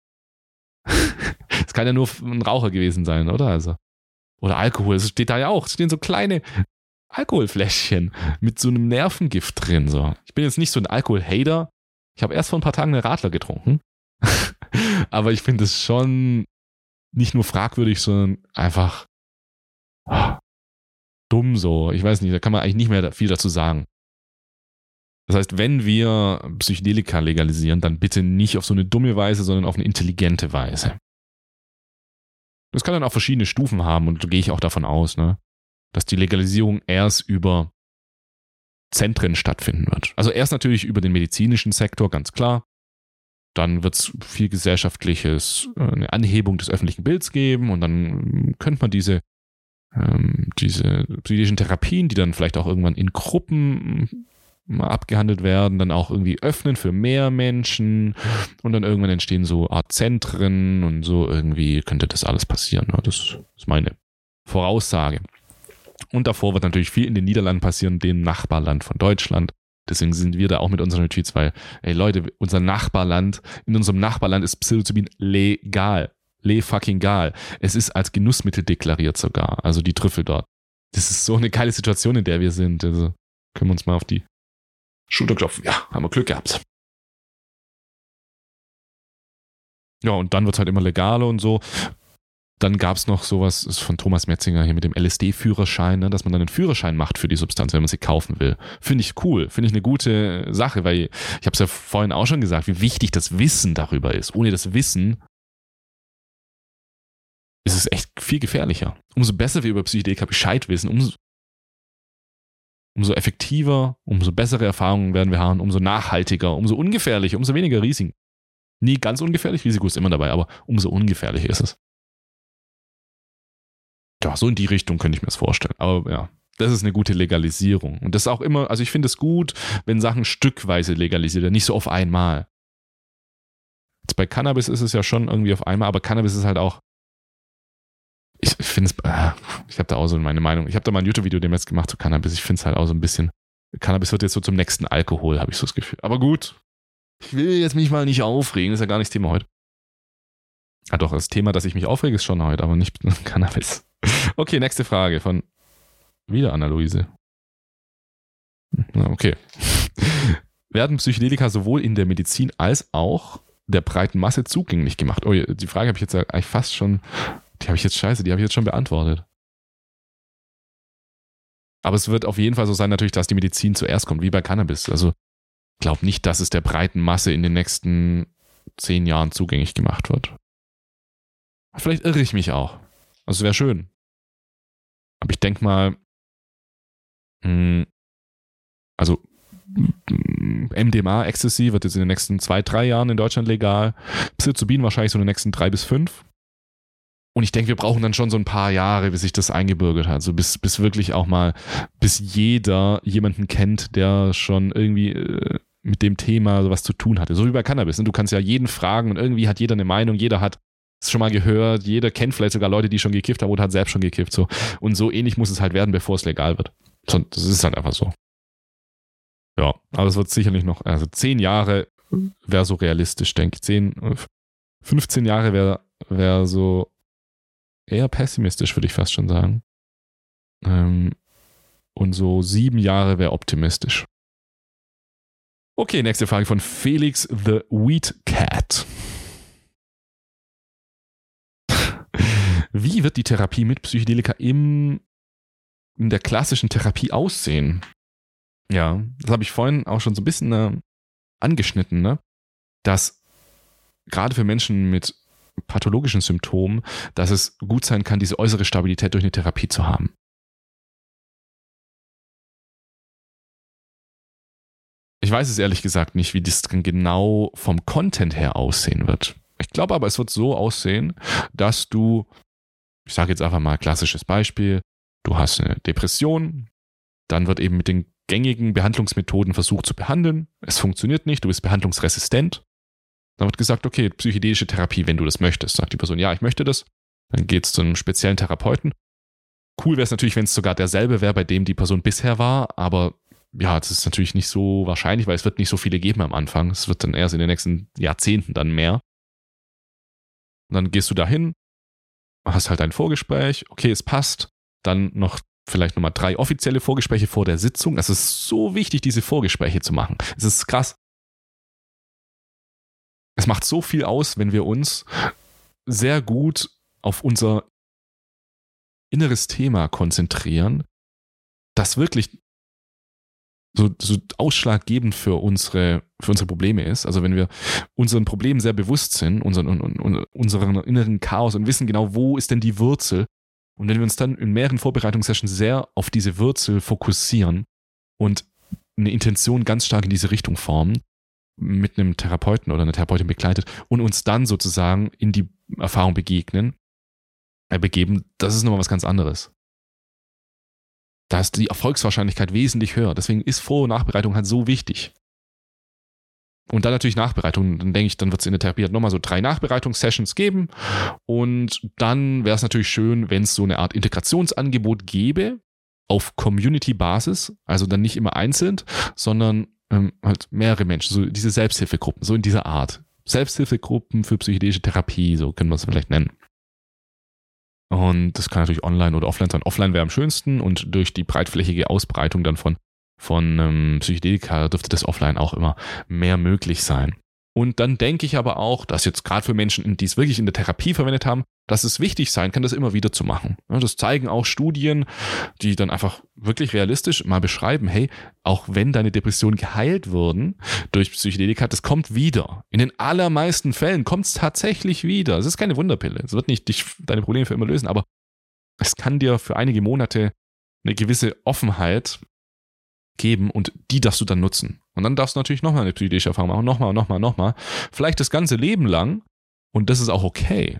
Es kann ja nur ein Raucher gewesen sein, oder? Also. Oder Alkohol. Es steht da ja auch. Es stehen so kleine Alkoholfläschchen mit so einem Nervengift drin. So. Ich bin jetzt nicht so ein Alkohol-Hater. Ich habe erst vor ein paar Tagen einen Radler getrunken. Aber ich finde es schon nicht nur fragwürdig, sondern einfach dumm so. Ich weiß nicht, da kann man eigentlich nicht mehr viel dazu sagen. Das heißt, wenn wir Psychedelika legalisieren, dann bitte nicht auf so eine dumme Weise, sondern auf eine intelligente Weise. Das kann dann auch verschiedene Stufen haben und da gehe ich auch davon aus, ne, dass die Legalisierung erst über Zentren stattfinden wird. Also erst natürlich über den medizinischen Sektor, ganz klar. Dann wird es viel gesellschaftliches, eine Anhebung des öffentlichen Bilds geben und dann könnte man diese ähm, diese psychischen Therapien, die dann vielleicht auch irgendwann in Gruppen mal abgehandelt werden, dann auch irgendwie öffnen für mehr Menschen und dann irgendwann entstehen so Art Zentren und so irgendwie könnte das alles passieren. Das ist meine Voraussage. Und davor wird natürlich viel in den Niederlanden passieren, dem Nachbarland von Deutschland. Deswegen sind wir da auch mit unseren Retreats, weil, ey Leute, unser Nachbarland, in unserem Nachbarland ist Psilocybin legal. Le fucking gal. Es ist als Genussmittel deklariert sogar, also die Trüffel dort. Das ist so eine geile Situation, in der wir sind. Also können wir uns mal auf die Schulter klopfen. Ja, haben wir Glück gehabt. Ja, und dann wird es halt immer legaler und so. Dann gab es noch sowas, das ist von Thomas Metzinger hier mit dem L S D-Führerschein, ne, dass man dann einen Führerschein macht für die Substanz, wenn man sie kaufen will. Finde ich cool, finde ich eine gute Sache, weil ich habe es ja vorhin auch schon gesagt, wie wichtig das Wissen darüber ist. Ohne das Wissen ist es echt viel gefährlicher. Umso besser wir über Psychedelika Bescheid wissen, umso, umso effektiver, umso bessere Erfahrungen werden wir haben, umso nachhaltiger, umso ungefährlicher, umso weniger Risiken. Nie ganz ungefährlich, Risiko ist immer dabei, aber umso ungefährlicher ist es. Ja, so in die Richtung könnte ich mir das vorstellen. Aber ja, das ist eine gute Legalisierung. Und das ist auch immer, also ich finde es gut, wenn Sachen stückweise legalisiert werden, nicht so auf einmal. Jetzt bei Cannabis ist es ja schon irgendwie auf einmal, aber Cannabis ist halt auch, ich finde es, äh, ich habe da auch so meine Meinung, ich habe da mal ein YouTube-Video demnächst gemacht zu Cannabis, ich finde es halt auch so ein bisschen, Cannabis wird jetzt so zum nächsten Alkohol, habe ich so das Gefühl. Aber gut, ich will jetzt mich mal nicht aufregen, das ist ja gar nicht das Thema heute. Ah doch, das Thema, dass ich mich aufrege, ist schon heute, aber nicht Cannabis. Okay, nächste Frage von wieder Anna-Luise. Okay. Werden Psychedelika sowohl in der Medizin als auch der breiten Masse zugänglich gemacht? Oh, die Frage habe ich jetzt eigentlich fast schon, die habe ich jetzt scheiße, die habe ich jetzt schon beantwortet. Aber es wird auf jeden Fall so sein natürlich, dass die Medizin zuerst kommt, wie bei Cannabis. Also ich glaube nicht, dass es der breiten Masse in den nächsten zehn Jahren zugänglich gemacht wird. Vielleicht irre ich mich auch. Also es wäre schön. Aber ich denke mal, mh, also M D M A, Ecstasy, wird jetzt in den nächsten zwei, drei Jahren in Deutschland legal. Psilocybin wahrscheinlich so in den nächsten drei bis fünf. Und ich denke, wir brauchen dann schon so ein paar Jahre, bis sich das eingebürgert hat. So bis, bis wirklich auch mal, bis jeder jemanden kennt, der schon irgendwie äh, mit dem Thema sowas zu tun hatte. So wie bei Cannabis. Ne? Du kannst ja jeden fragen und irgendwie hat jeder eine Meinung, jeder hat es schon mal gehört, jeder kennt vielleicht sogar Leute, die schon gekifft haben oder hat selbst schon gekifft. So. Und so ähnlich muss es halt werden, bevor es legal wird. Das ist halt einfach so. Ja, aber es wird sicherlich noch, also zehn Jahre wäre so realistisch, denke ich. Zehn, fünfzehn Jahre wäre wär so eher pessimistisch, würde ich fast schon sagen. Ähm, und so sieben Jahre wäre optimistisch. Okay, nächste Frage von Felix the Wheat Cat. Wie wird die Therapie mit Psychedelika im, in der klassischen Therapie aussehen? Ja, das habe ich vorhin auch schon so ein bisschen äh, angeschnitten, ne? Dass gerade für Menschen mit pathologischen Symptomen, dass es gut sein kann, diese äußere Stabilität durch eine Therapie zu haben. Ich weiß es ehrlich gesagt nicht, wie das dann genau vom Content her aussehen wird. Ich glaube aber, es wird so aussehen, dass du, ich sage jetzt einfach mal klassisches Beispiel, du hast eine Depression, dann wird eben mit den gängigen Behandlungsmethoden versucht zu behandeln. Es funktioniert nicht, du bist behandlungsresistent. Dann wird gesagt, okay, psychedelische Therapie, wenn du das möchtest. Sagt die Person, ja, ich möchte das. Dann geht es zu einem speziellen Therapeuten. Cool wäre es natürlich, wenn es sogar derselbe wäre, bei dem die Person bisher war. Aber ja, das ist natürlich nicht so wahrscheinlich, weil es wird nicht so viele geben am Anfang. Es wird dann erst in den nächsten Jahrzehnten dann mehr. Und dann gehst du dahin, hast halt ein Vorgespräch. Okay, es passt. Dann noch vielleicht nochmal drei offizielle Vorgespräche vor der Sitzung. Es ist so wichtig, diese Vorgespräche zu machen. Es ist krass. Es macht so viel aus, wenn wir uns sehr gut auf unser inneres Thema konzentrieren, das wirklich so, so ausschlaggebend für unsere, für unsere Probleme ist. Also wenn wir unseren Problemen sehr bewusst sind, unseren, unseren inneren Chaos und wissen genau, wo ist denn die Wurzel. Und wenn wir uns dann in mehreren Vorbereitungssessions sehr auf diese Wurzel fokussieren und eine Intention ganz stark in diese Richtung formen, mit einem Therapeuten oder einer Therapeutin begleitet und uns dann sozusagen in die Erfahrung begegnen, äh, begeben, das ist nochmal was ganz anderes. Da ist die Erfolgswahrscheinlichkeit wesentlich höher. Deswegen ist Vor- und Nachbereitung halt so wichtig. Und dann natürlich Nachbereitung. Dann denke ich, dann wird es in der Therapie halt nochmal so drei Nachbereitungssessions geben. Und dann wäre es natürlich schön, wenn es so eine Art Integrationsangebot gäbe auf Community-Basis. Also dann nicht immer einzeln, sondern ähm, halt mehrere Menschen. So diese Selbsthilfegruppen, so in dieser Art. Selbsthilfegruppen für psychedelische Therapie, so können wir es vielleicht nennen. Und das kann natürlich online oder offline sein. Offline wäre am schönsten und durch die breitflächige Ausbreitung dann von, von ähm, Psychedelika dürfte das offline auch immer mehr möglich sein. Und dann denke ich aber auch, dass jetzt gerade für Menschen, die es wirklich in der Therapie verwendet haben, dass es wichtig sein kann, das immer wieder zu machen. Das zeigen auch Studien, die dann einfach wirklich realistisch mal beschreiben, hey, auch wenn deine Depressionen geheilt wurden durch Psychedelika, das kommt wieder. In den allermeisten Fällen kommt es tatsächlich wieder. Es ist keine Wunderpille. Es wird nicht dich, deine Probleme für immer lösen, aber es kann dir für einige Monate eine gewisse Offenheit geben und die darfst du dann nutzen. Und dann darfst du natürlich nochmal eine psychedelische Erfahrung machen, nochmal, nochmal, nochmal. Vielleicht das ganze Leben lang und das ist auch okay.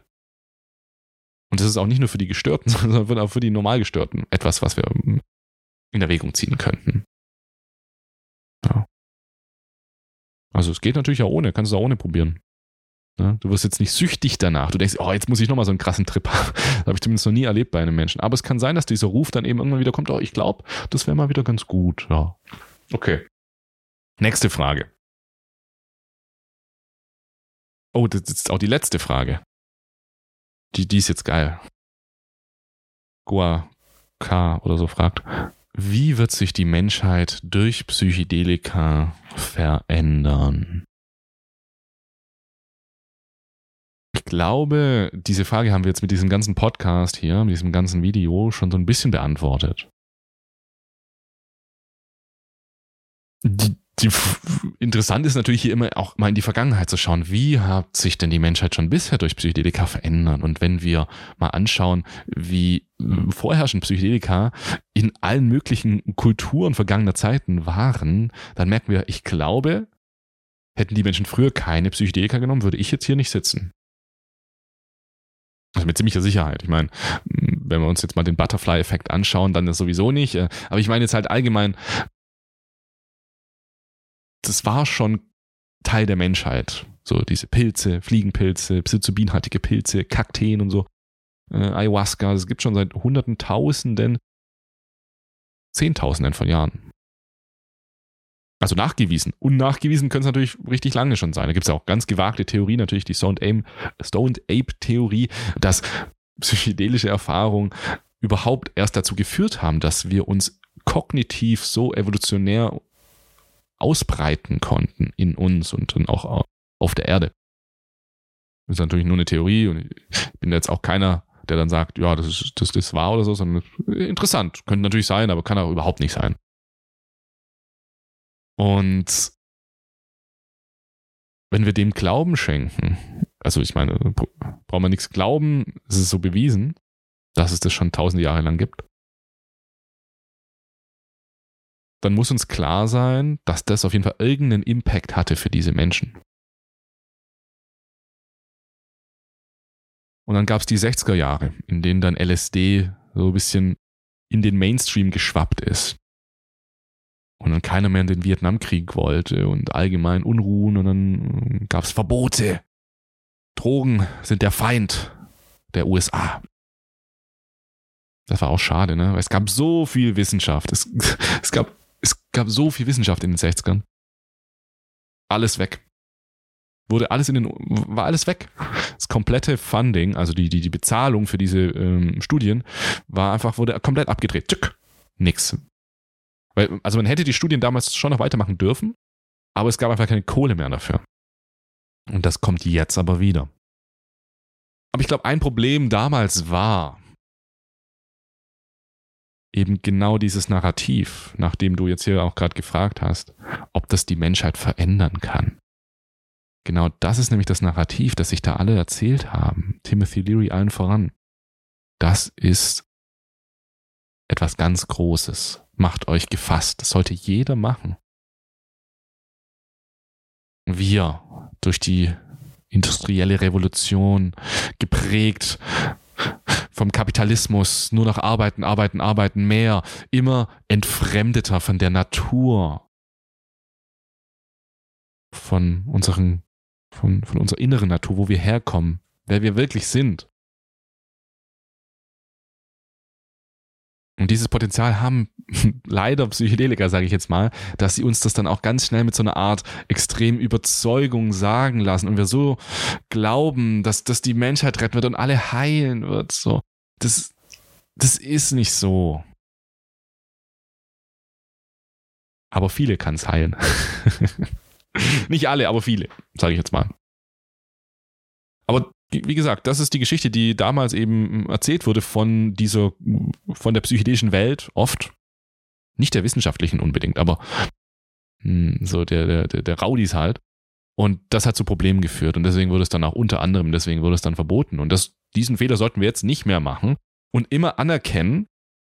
Und das ist auch nicht nur für die Gestörten, sondern auch für die Normalgestörten etwas, was wir in Erwägung ziehen könnten. Ja. Also es geht natürlich auch ohne, kannst du auch ohne probieren. Ja, du wirst jetzt nicht süchtig danach. Du denkst, oh, jetzt muss ich nochmal so einen krassen Trip haben. Das habe ich zumindest noch nie erlebt bei einem Menschen. Aber es kann sein, dass dieser Ruf dann eben irgendwann wieder kommt, oh, ich glaube, das wäre mal wieder ganz gut. Ja. Okay. Nächste Frage. Oh, das ist auch die letzte Frage. Die, die ist jetzt geil. Goa K oder so fragt. Wie wird sich die Menschheit durch Psychedelika verändern? Ich glaube, diese Frage haben wir jetzt mit diesem ganzen Podcast hier, mit diesem ganzen Video schon so ein bisschen beantwortet. Die, die, interessant ist natürlich hier immer auch mal in die Vergangenheit zu schauen, wie hat sich denn die Menschheit schon bisher durch Psychedelika verändert? Und wenn wir mal anschauen, wie vorherrschend Psychedelika in allen möglichen Kulturen vergangener Zeiten waren, dann merken wir, ich glaube, hätten die Menschen früher keine Psychedelika genommen, würde ich jetzt hier nicht sitzen. Also mit ziemlicher Sicherheit. Ich meine, wenn wir uns jetzt mal den Butterfly-Effekt anschauen, dann das sowieso nicht. Aber ich meine jetzt halt allgemein, das war schon Teil der Menschheit. So diese Pilze, Fliegenpilze, psilocybinhaltige Pilze, Kakteen und so, äh, Ayahuasca, das gibt schon seit Hunderten, Tausenden, Zehntausenden von Jahren. Also nachgewiesen. Unnachgewiesen können es natürlich richtig lange schon sein. Da gibt es ja auch ganz gewagte Theorien, natürlich die Stoned Ape-Theorie, dass psychedelische Erfahrungen überhaupt erst dazu geführt haben, dass wir uns kognitiv so evolutionär ausbreiten konnten in uns und dann auch auf der Erde. Das ist natürlich nur eine Theorie und ich bin jetzt auch keiner, der dann sagt, ja, das ist, das, das war oder so, sondern interessant. Könnte natürlich sein, aber kann auch überhaupt nicht sein. Und wenn wir dem Glauben schenken, also ich meine, braucht man nichts glauben, es ist so bewiesen, dass es das schon tausende Jahre lang gibt, dann muss uns klar sein, dass das auf jeden Fall irgendeinen Impact hatte für diese Menschen. Und dann gab es die sechziger Jahre, in denen dann L S D so ein bisschen in den Mainstream geschwappt ist. Und dann keiner mehr in den Vietnamkrieg wollte und allgemein Unruhen und dann gab es Verbote. Drogen sind der Feind der U S A. Das war auch schade, ne? Weil es gab so viel Wissenschaft. Es, es, gab, es gab so viel Wissenschaft in den sechzigern. Alles weg. Wurde alles in den, war alles weg. Das komplette Funding, also die, die, die Bezahlung für diese ähm, Studien, war einfach, wurde komplett abgedreht. Tschück. Nix. Weil, also man hätte die Studien damals schon noch weitermachen dürfen, aber es gab einfach keine Kohle mehr dafür. Und das kommt jetzt aber wieder. Aber ich glaube, ein Problem damals war eben genau dieses Narrativ, nach dem du jetzt hier auch gerade gefragt hast, ob das die Menschheit verändern kann. Genau das ist nämlich das Narrativ, das sich da alle erzählt haben. Timothy Leary allen voran. Das ist etwas ganz Großes. Macht euch gefasst. Das sollte jeder machen. Wir, durch die industrielle Revolution, geprägt vom Kapitalismus, nur noch arbeiten, arbeiten, arbeiten, mehr, immer entfremdeter von der Natur, von unseren, von, von unserer inneren Natur, wo wir herkommen, wer wir wirklich sind. Und dieses Potenzial haben leider Psychedelika, sage ich jetzt mal, dass sie uns das dann auch ganz schnell mit so einer Art extrem Überzeugung sagen lassen und wir so glauben, dass das die Menschheit retten wird und alle heilen wird. So, das, das ist nicht so. Aber viele kann es heilen. Nicht alle, aber viele, sage ich jetzt mal. Aber wie gesagt, das ist die Geschichte, die damals eben erzählt wurde von dieser, von der psychedelischen Welt, oft. Nicht der wissenschaftlichen unbedingt, aber mh, so der, der, der Raudis halt. Und das hat zu Problemen geführt und deswegen wurde es dann auch unter anderem, deswegen wurde es dann verboten. Und das, diesen Fehler sollten wir jetzt nicht mehr machen und immer anerkennen,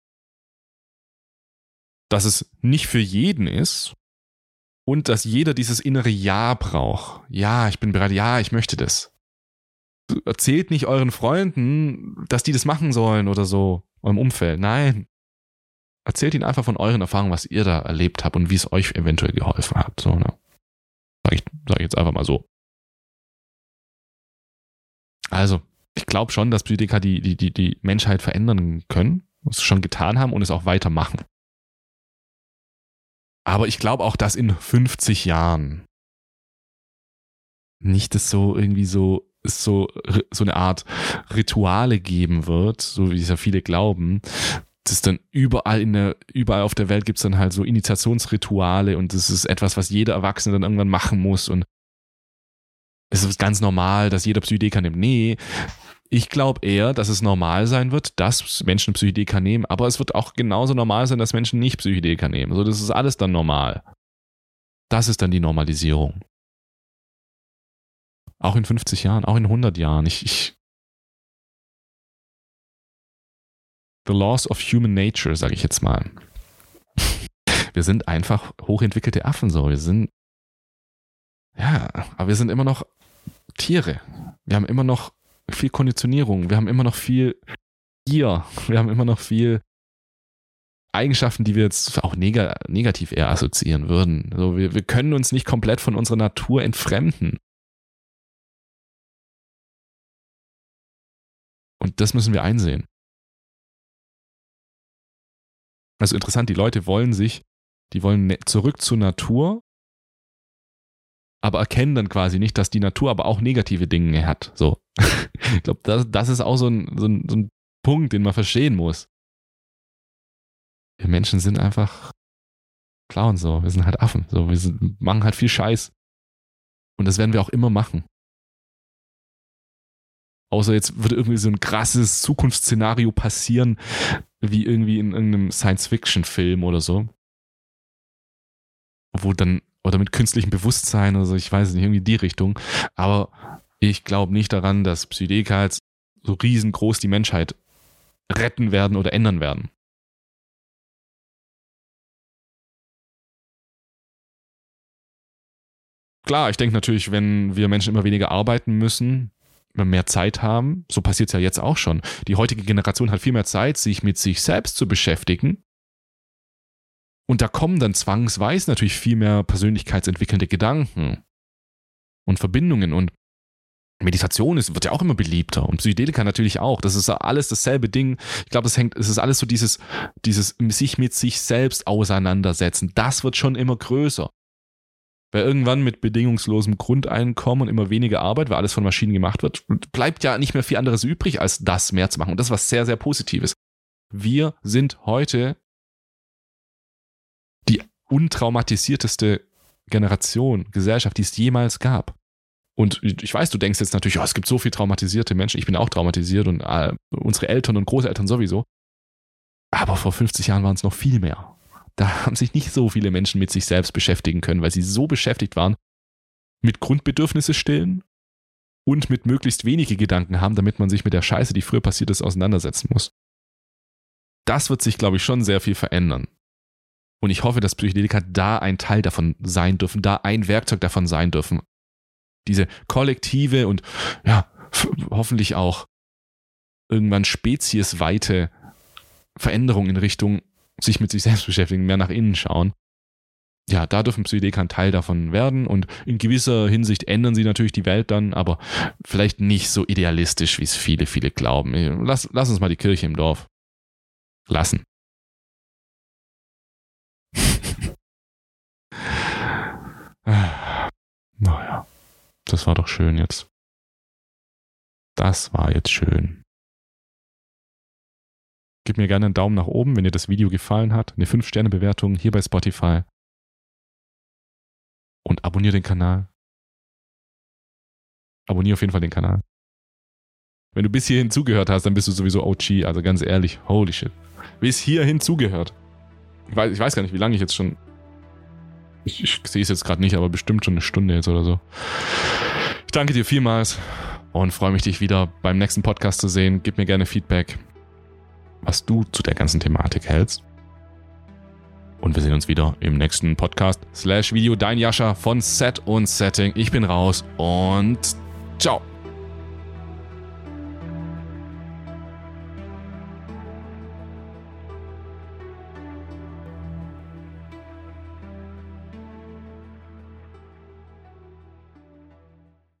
dass es nicht für jeden ist und dass jeder dieses innere Ja braucht. Ja, ich bin bereit, ja, ich möchte das. Erzählt nicht euren Freunden, dass die das machen sollen oder so, eurem Umfeld. Nein. Erzählt ihnen einfach von euren Erfahrungen, was ihr da erlebt habt und wie es euch eventuell geholfen hat. So, ne? Sag ich, sag ich jetzt einfach mal so. Also, ich glaube schon, dass Psychedelika die, die, die, die Menschheit verändern können, es schon getan haben und es auch weitermachen. Aber ich glaube auch, dass in fünfzig Jahren nicht es so irgendwie so es so, so eine Art Rituale geben wird, so wie es ja viele glauben, das ist dann überall in der, überall auf der Welt gibt es dann halt so Initiationsrituale und das ist etwas, was jeder Erwachsene dann irgendwann machen muss und es ist ganz normal, dass jeder Psychedeliker nimmt. Nee, ich glaube eher, dass es normal sein wird, dass Menschen Psychedelika nehmen, aber es wird auch genauso normal sein, dass Menschen nicht Psychedelika nehmen. So, das ist alles dann normal. Das ist dann die Normalisierung. Auch in fünfzig Jahren, auch in hundert Jahren. Ich, ich The laws of human nature, sage ich jetzt mal. Wir sind einfach hochentwickelte Affen so. Wir sind, ja, aber wir sind immer noch Tiere. Wir haben immer noch viel Konditionierung. Wir haben immer noch viel Gier. Wir haben immer noch viel Eigenschaften, die wir jetzt auch neg- negativ eher assoziieren würden. Also wir, wir können uns nicht komplett von unserer Natur entfremden. Und das müssen wir einsehen. Also interessant, die Leute wollen sich, die wollen zurück zur Natur, aber erkennen dann quasi nicht, dass die Natur aber auch negative Dinge hat. So. Ich glaube, das, das ist auch so ein, so, ein, so ein Punkt, den man verstehen muss. Wir Menschen sind einfach Clowns so. Wir sind halt Affen. So. Wir sind, machen halt viel Scheiß. Und das werden wir auch immer machen. Außer jetzt wird irgendwie so ein krasses Zukunftsszenario passieren, wie irgendwie in irgendeinem Science-Fiction-Film oder so. Wo dann, oder mit künstlichem Bewusstsein oder so, ich weiß nicht, irgendwie die Richtung. Aber ich glaube nicht daran, dass Psychedelika jetzt so riesengroß die Menschheit retten werden oder ändern werden. Klar, ich denke natürlich, wenn wir Menschen immer weniger arbeiten müssen, mehr Zeit haben, so passiert es ja jetzt auch schon. Die heutige Generation hat viel mehr Zeit, sich mit sich selbst zu beschäftigen. Und da kommen dann zwangsweise natürlich viel mehr persönlichkeitsentwickelnde Gedanken und Verbindungen und Meditation ist, wird ja auch immer beliebter und Psychedelika natürlich auch. Das ist alles dasselbe Ding. Ich glaube, das hängt, es ist alles so dieses, dieses sich mit sich selbst auseinandersetzen. Das wird schon immer größer. Weil irgendwann mit bedingungslosem Grundeinkommen und immer weniger Arbeit, weil alles von Maschinen gemacht wird, bleibt ja nicht mehr viel anderes übrig, als das mehr zu machen. Und das ist was sehr, sehr Positives. Wir sind heute die untraumatisierteste Generation, Gesellschaft, die es jemals gab. Und ich weiß, du denkst jetzt natürlich, oh, es gibt so viele traumatisierte Menschen. Ich bin auch traumatisiert und äh, unsere Eltern und Großeltern sowieso. Aber vor fünfzig Jahren waren es noch viel mehr. Da haben sich nicht so viele Menschen mit sich selbst beschäftigen können, weil sie so beschäftigt waren, mit Grundbedürfnisse stillen und mit möglichst wenige Gedanken haben, damit man sich mit der Scheiße, die früher passiert ist, auseinandersetzen muss. Das wird sich, glaube ich, schon sehr viel verändern. Und ich hoffe, dass Psychedelika da ein Teil davon sein dürfen, da ein Werkzeug davon sein dürfen. Diese kollektive und ja, f- hoffentlich auch irgendwann speziesweite Veränderung in Richtung sich mit sich selbst beschäftigen, mehr nach innen schauen. Ja, da dürfen Psychedelika ein Teil davon werden und in gewisser Hinsicht ändern sie natürlich die Welt dann, aber vielleicht nicht so idealistisch, wie es viele, viele glauben. Lass, lass uns mal die Kirche im Dorf lassen. Naja, das war doch schön jetzt. Das war jetzt schön. Gib mir gerne einen Daumen nach oben, wenn dir das Video gefallen hat. Eine fünf Sterne Bewertung hier bei Spotify. Und abonniere den Kanal. Abonniere auf jeden Fall den Kanal. Wenn du bis hierhin zugehört hast, dann bist du sowieso O G. Also ganz ehrlich, holy shit. Bis hierhin zugehört. Ich weiß, ich weiß gar nicht, wie lange ich jetzt schon... Ich, ich sehe es jetzt gerade nicht, aber bestimmt schon eine Stunde jetzt oder so. Ich danke dir vielmals und freue mich, dich wieder beim nächsten Podcast zu sehen. Gib mir gerne Feedback, was du zu der ganzen Thematik hältst. Und wir sehen uns wieder im nächsten Podcast slash Video. Dein Jascha von Set und Setting. Ich bin raus und ciao.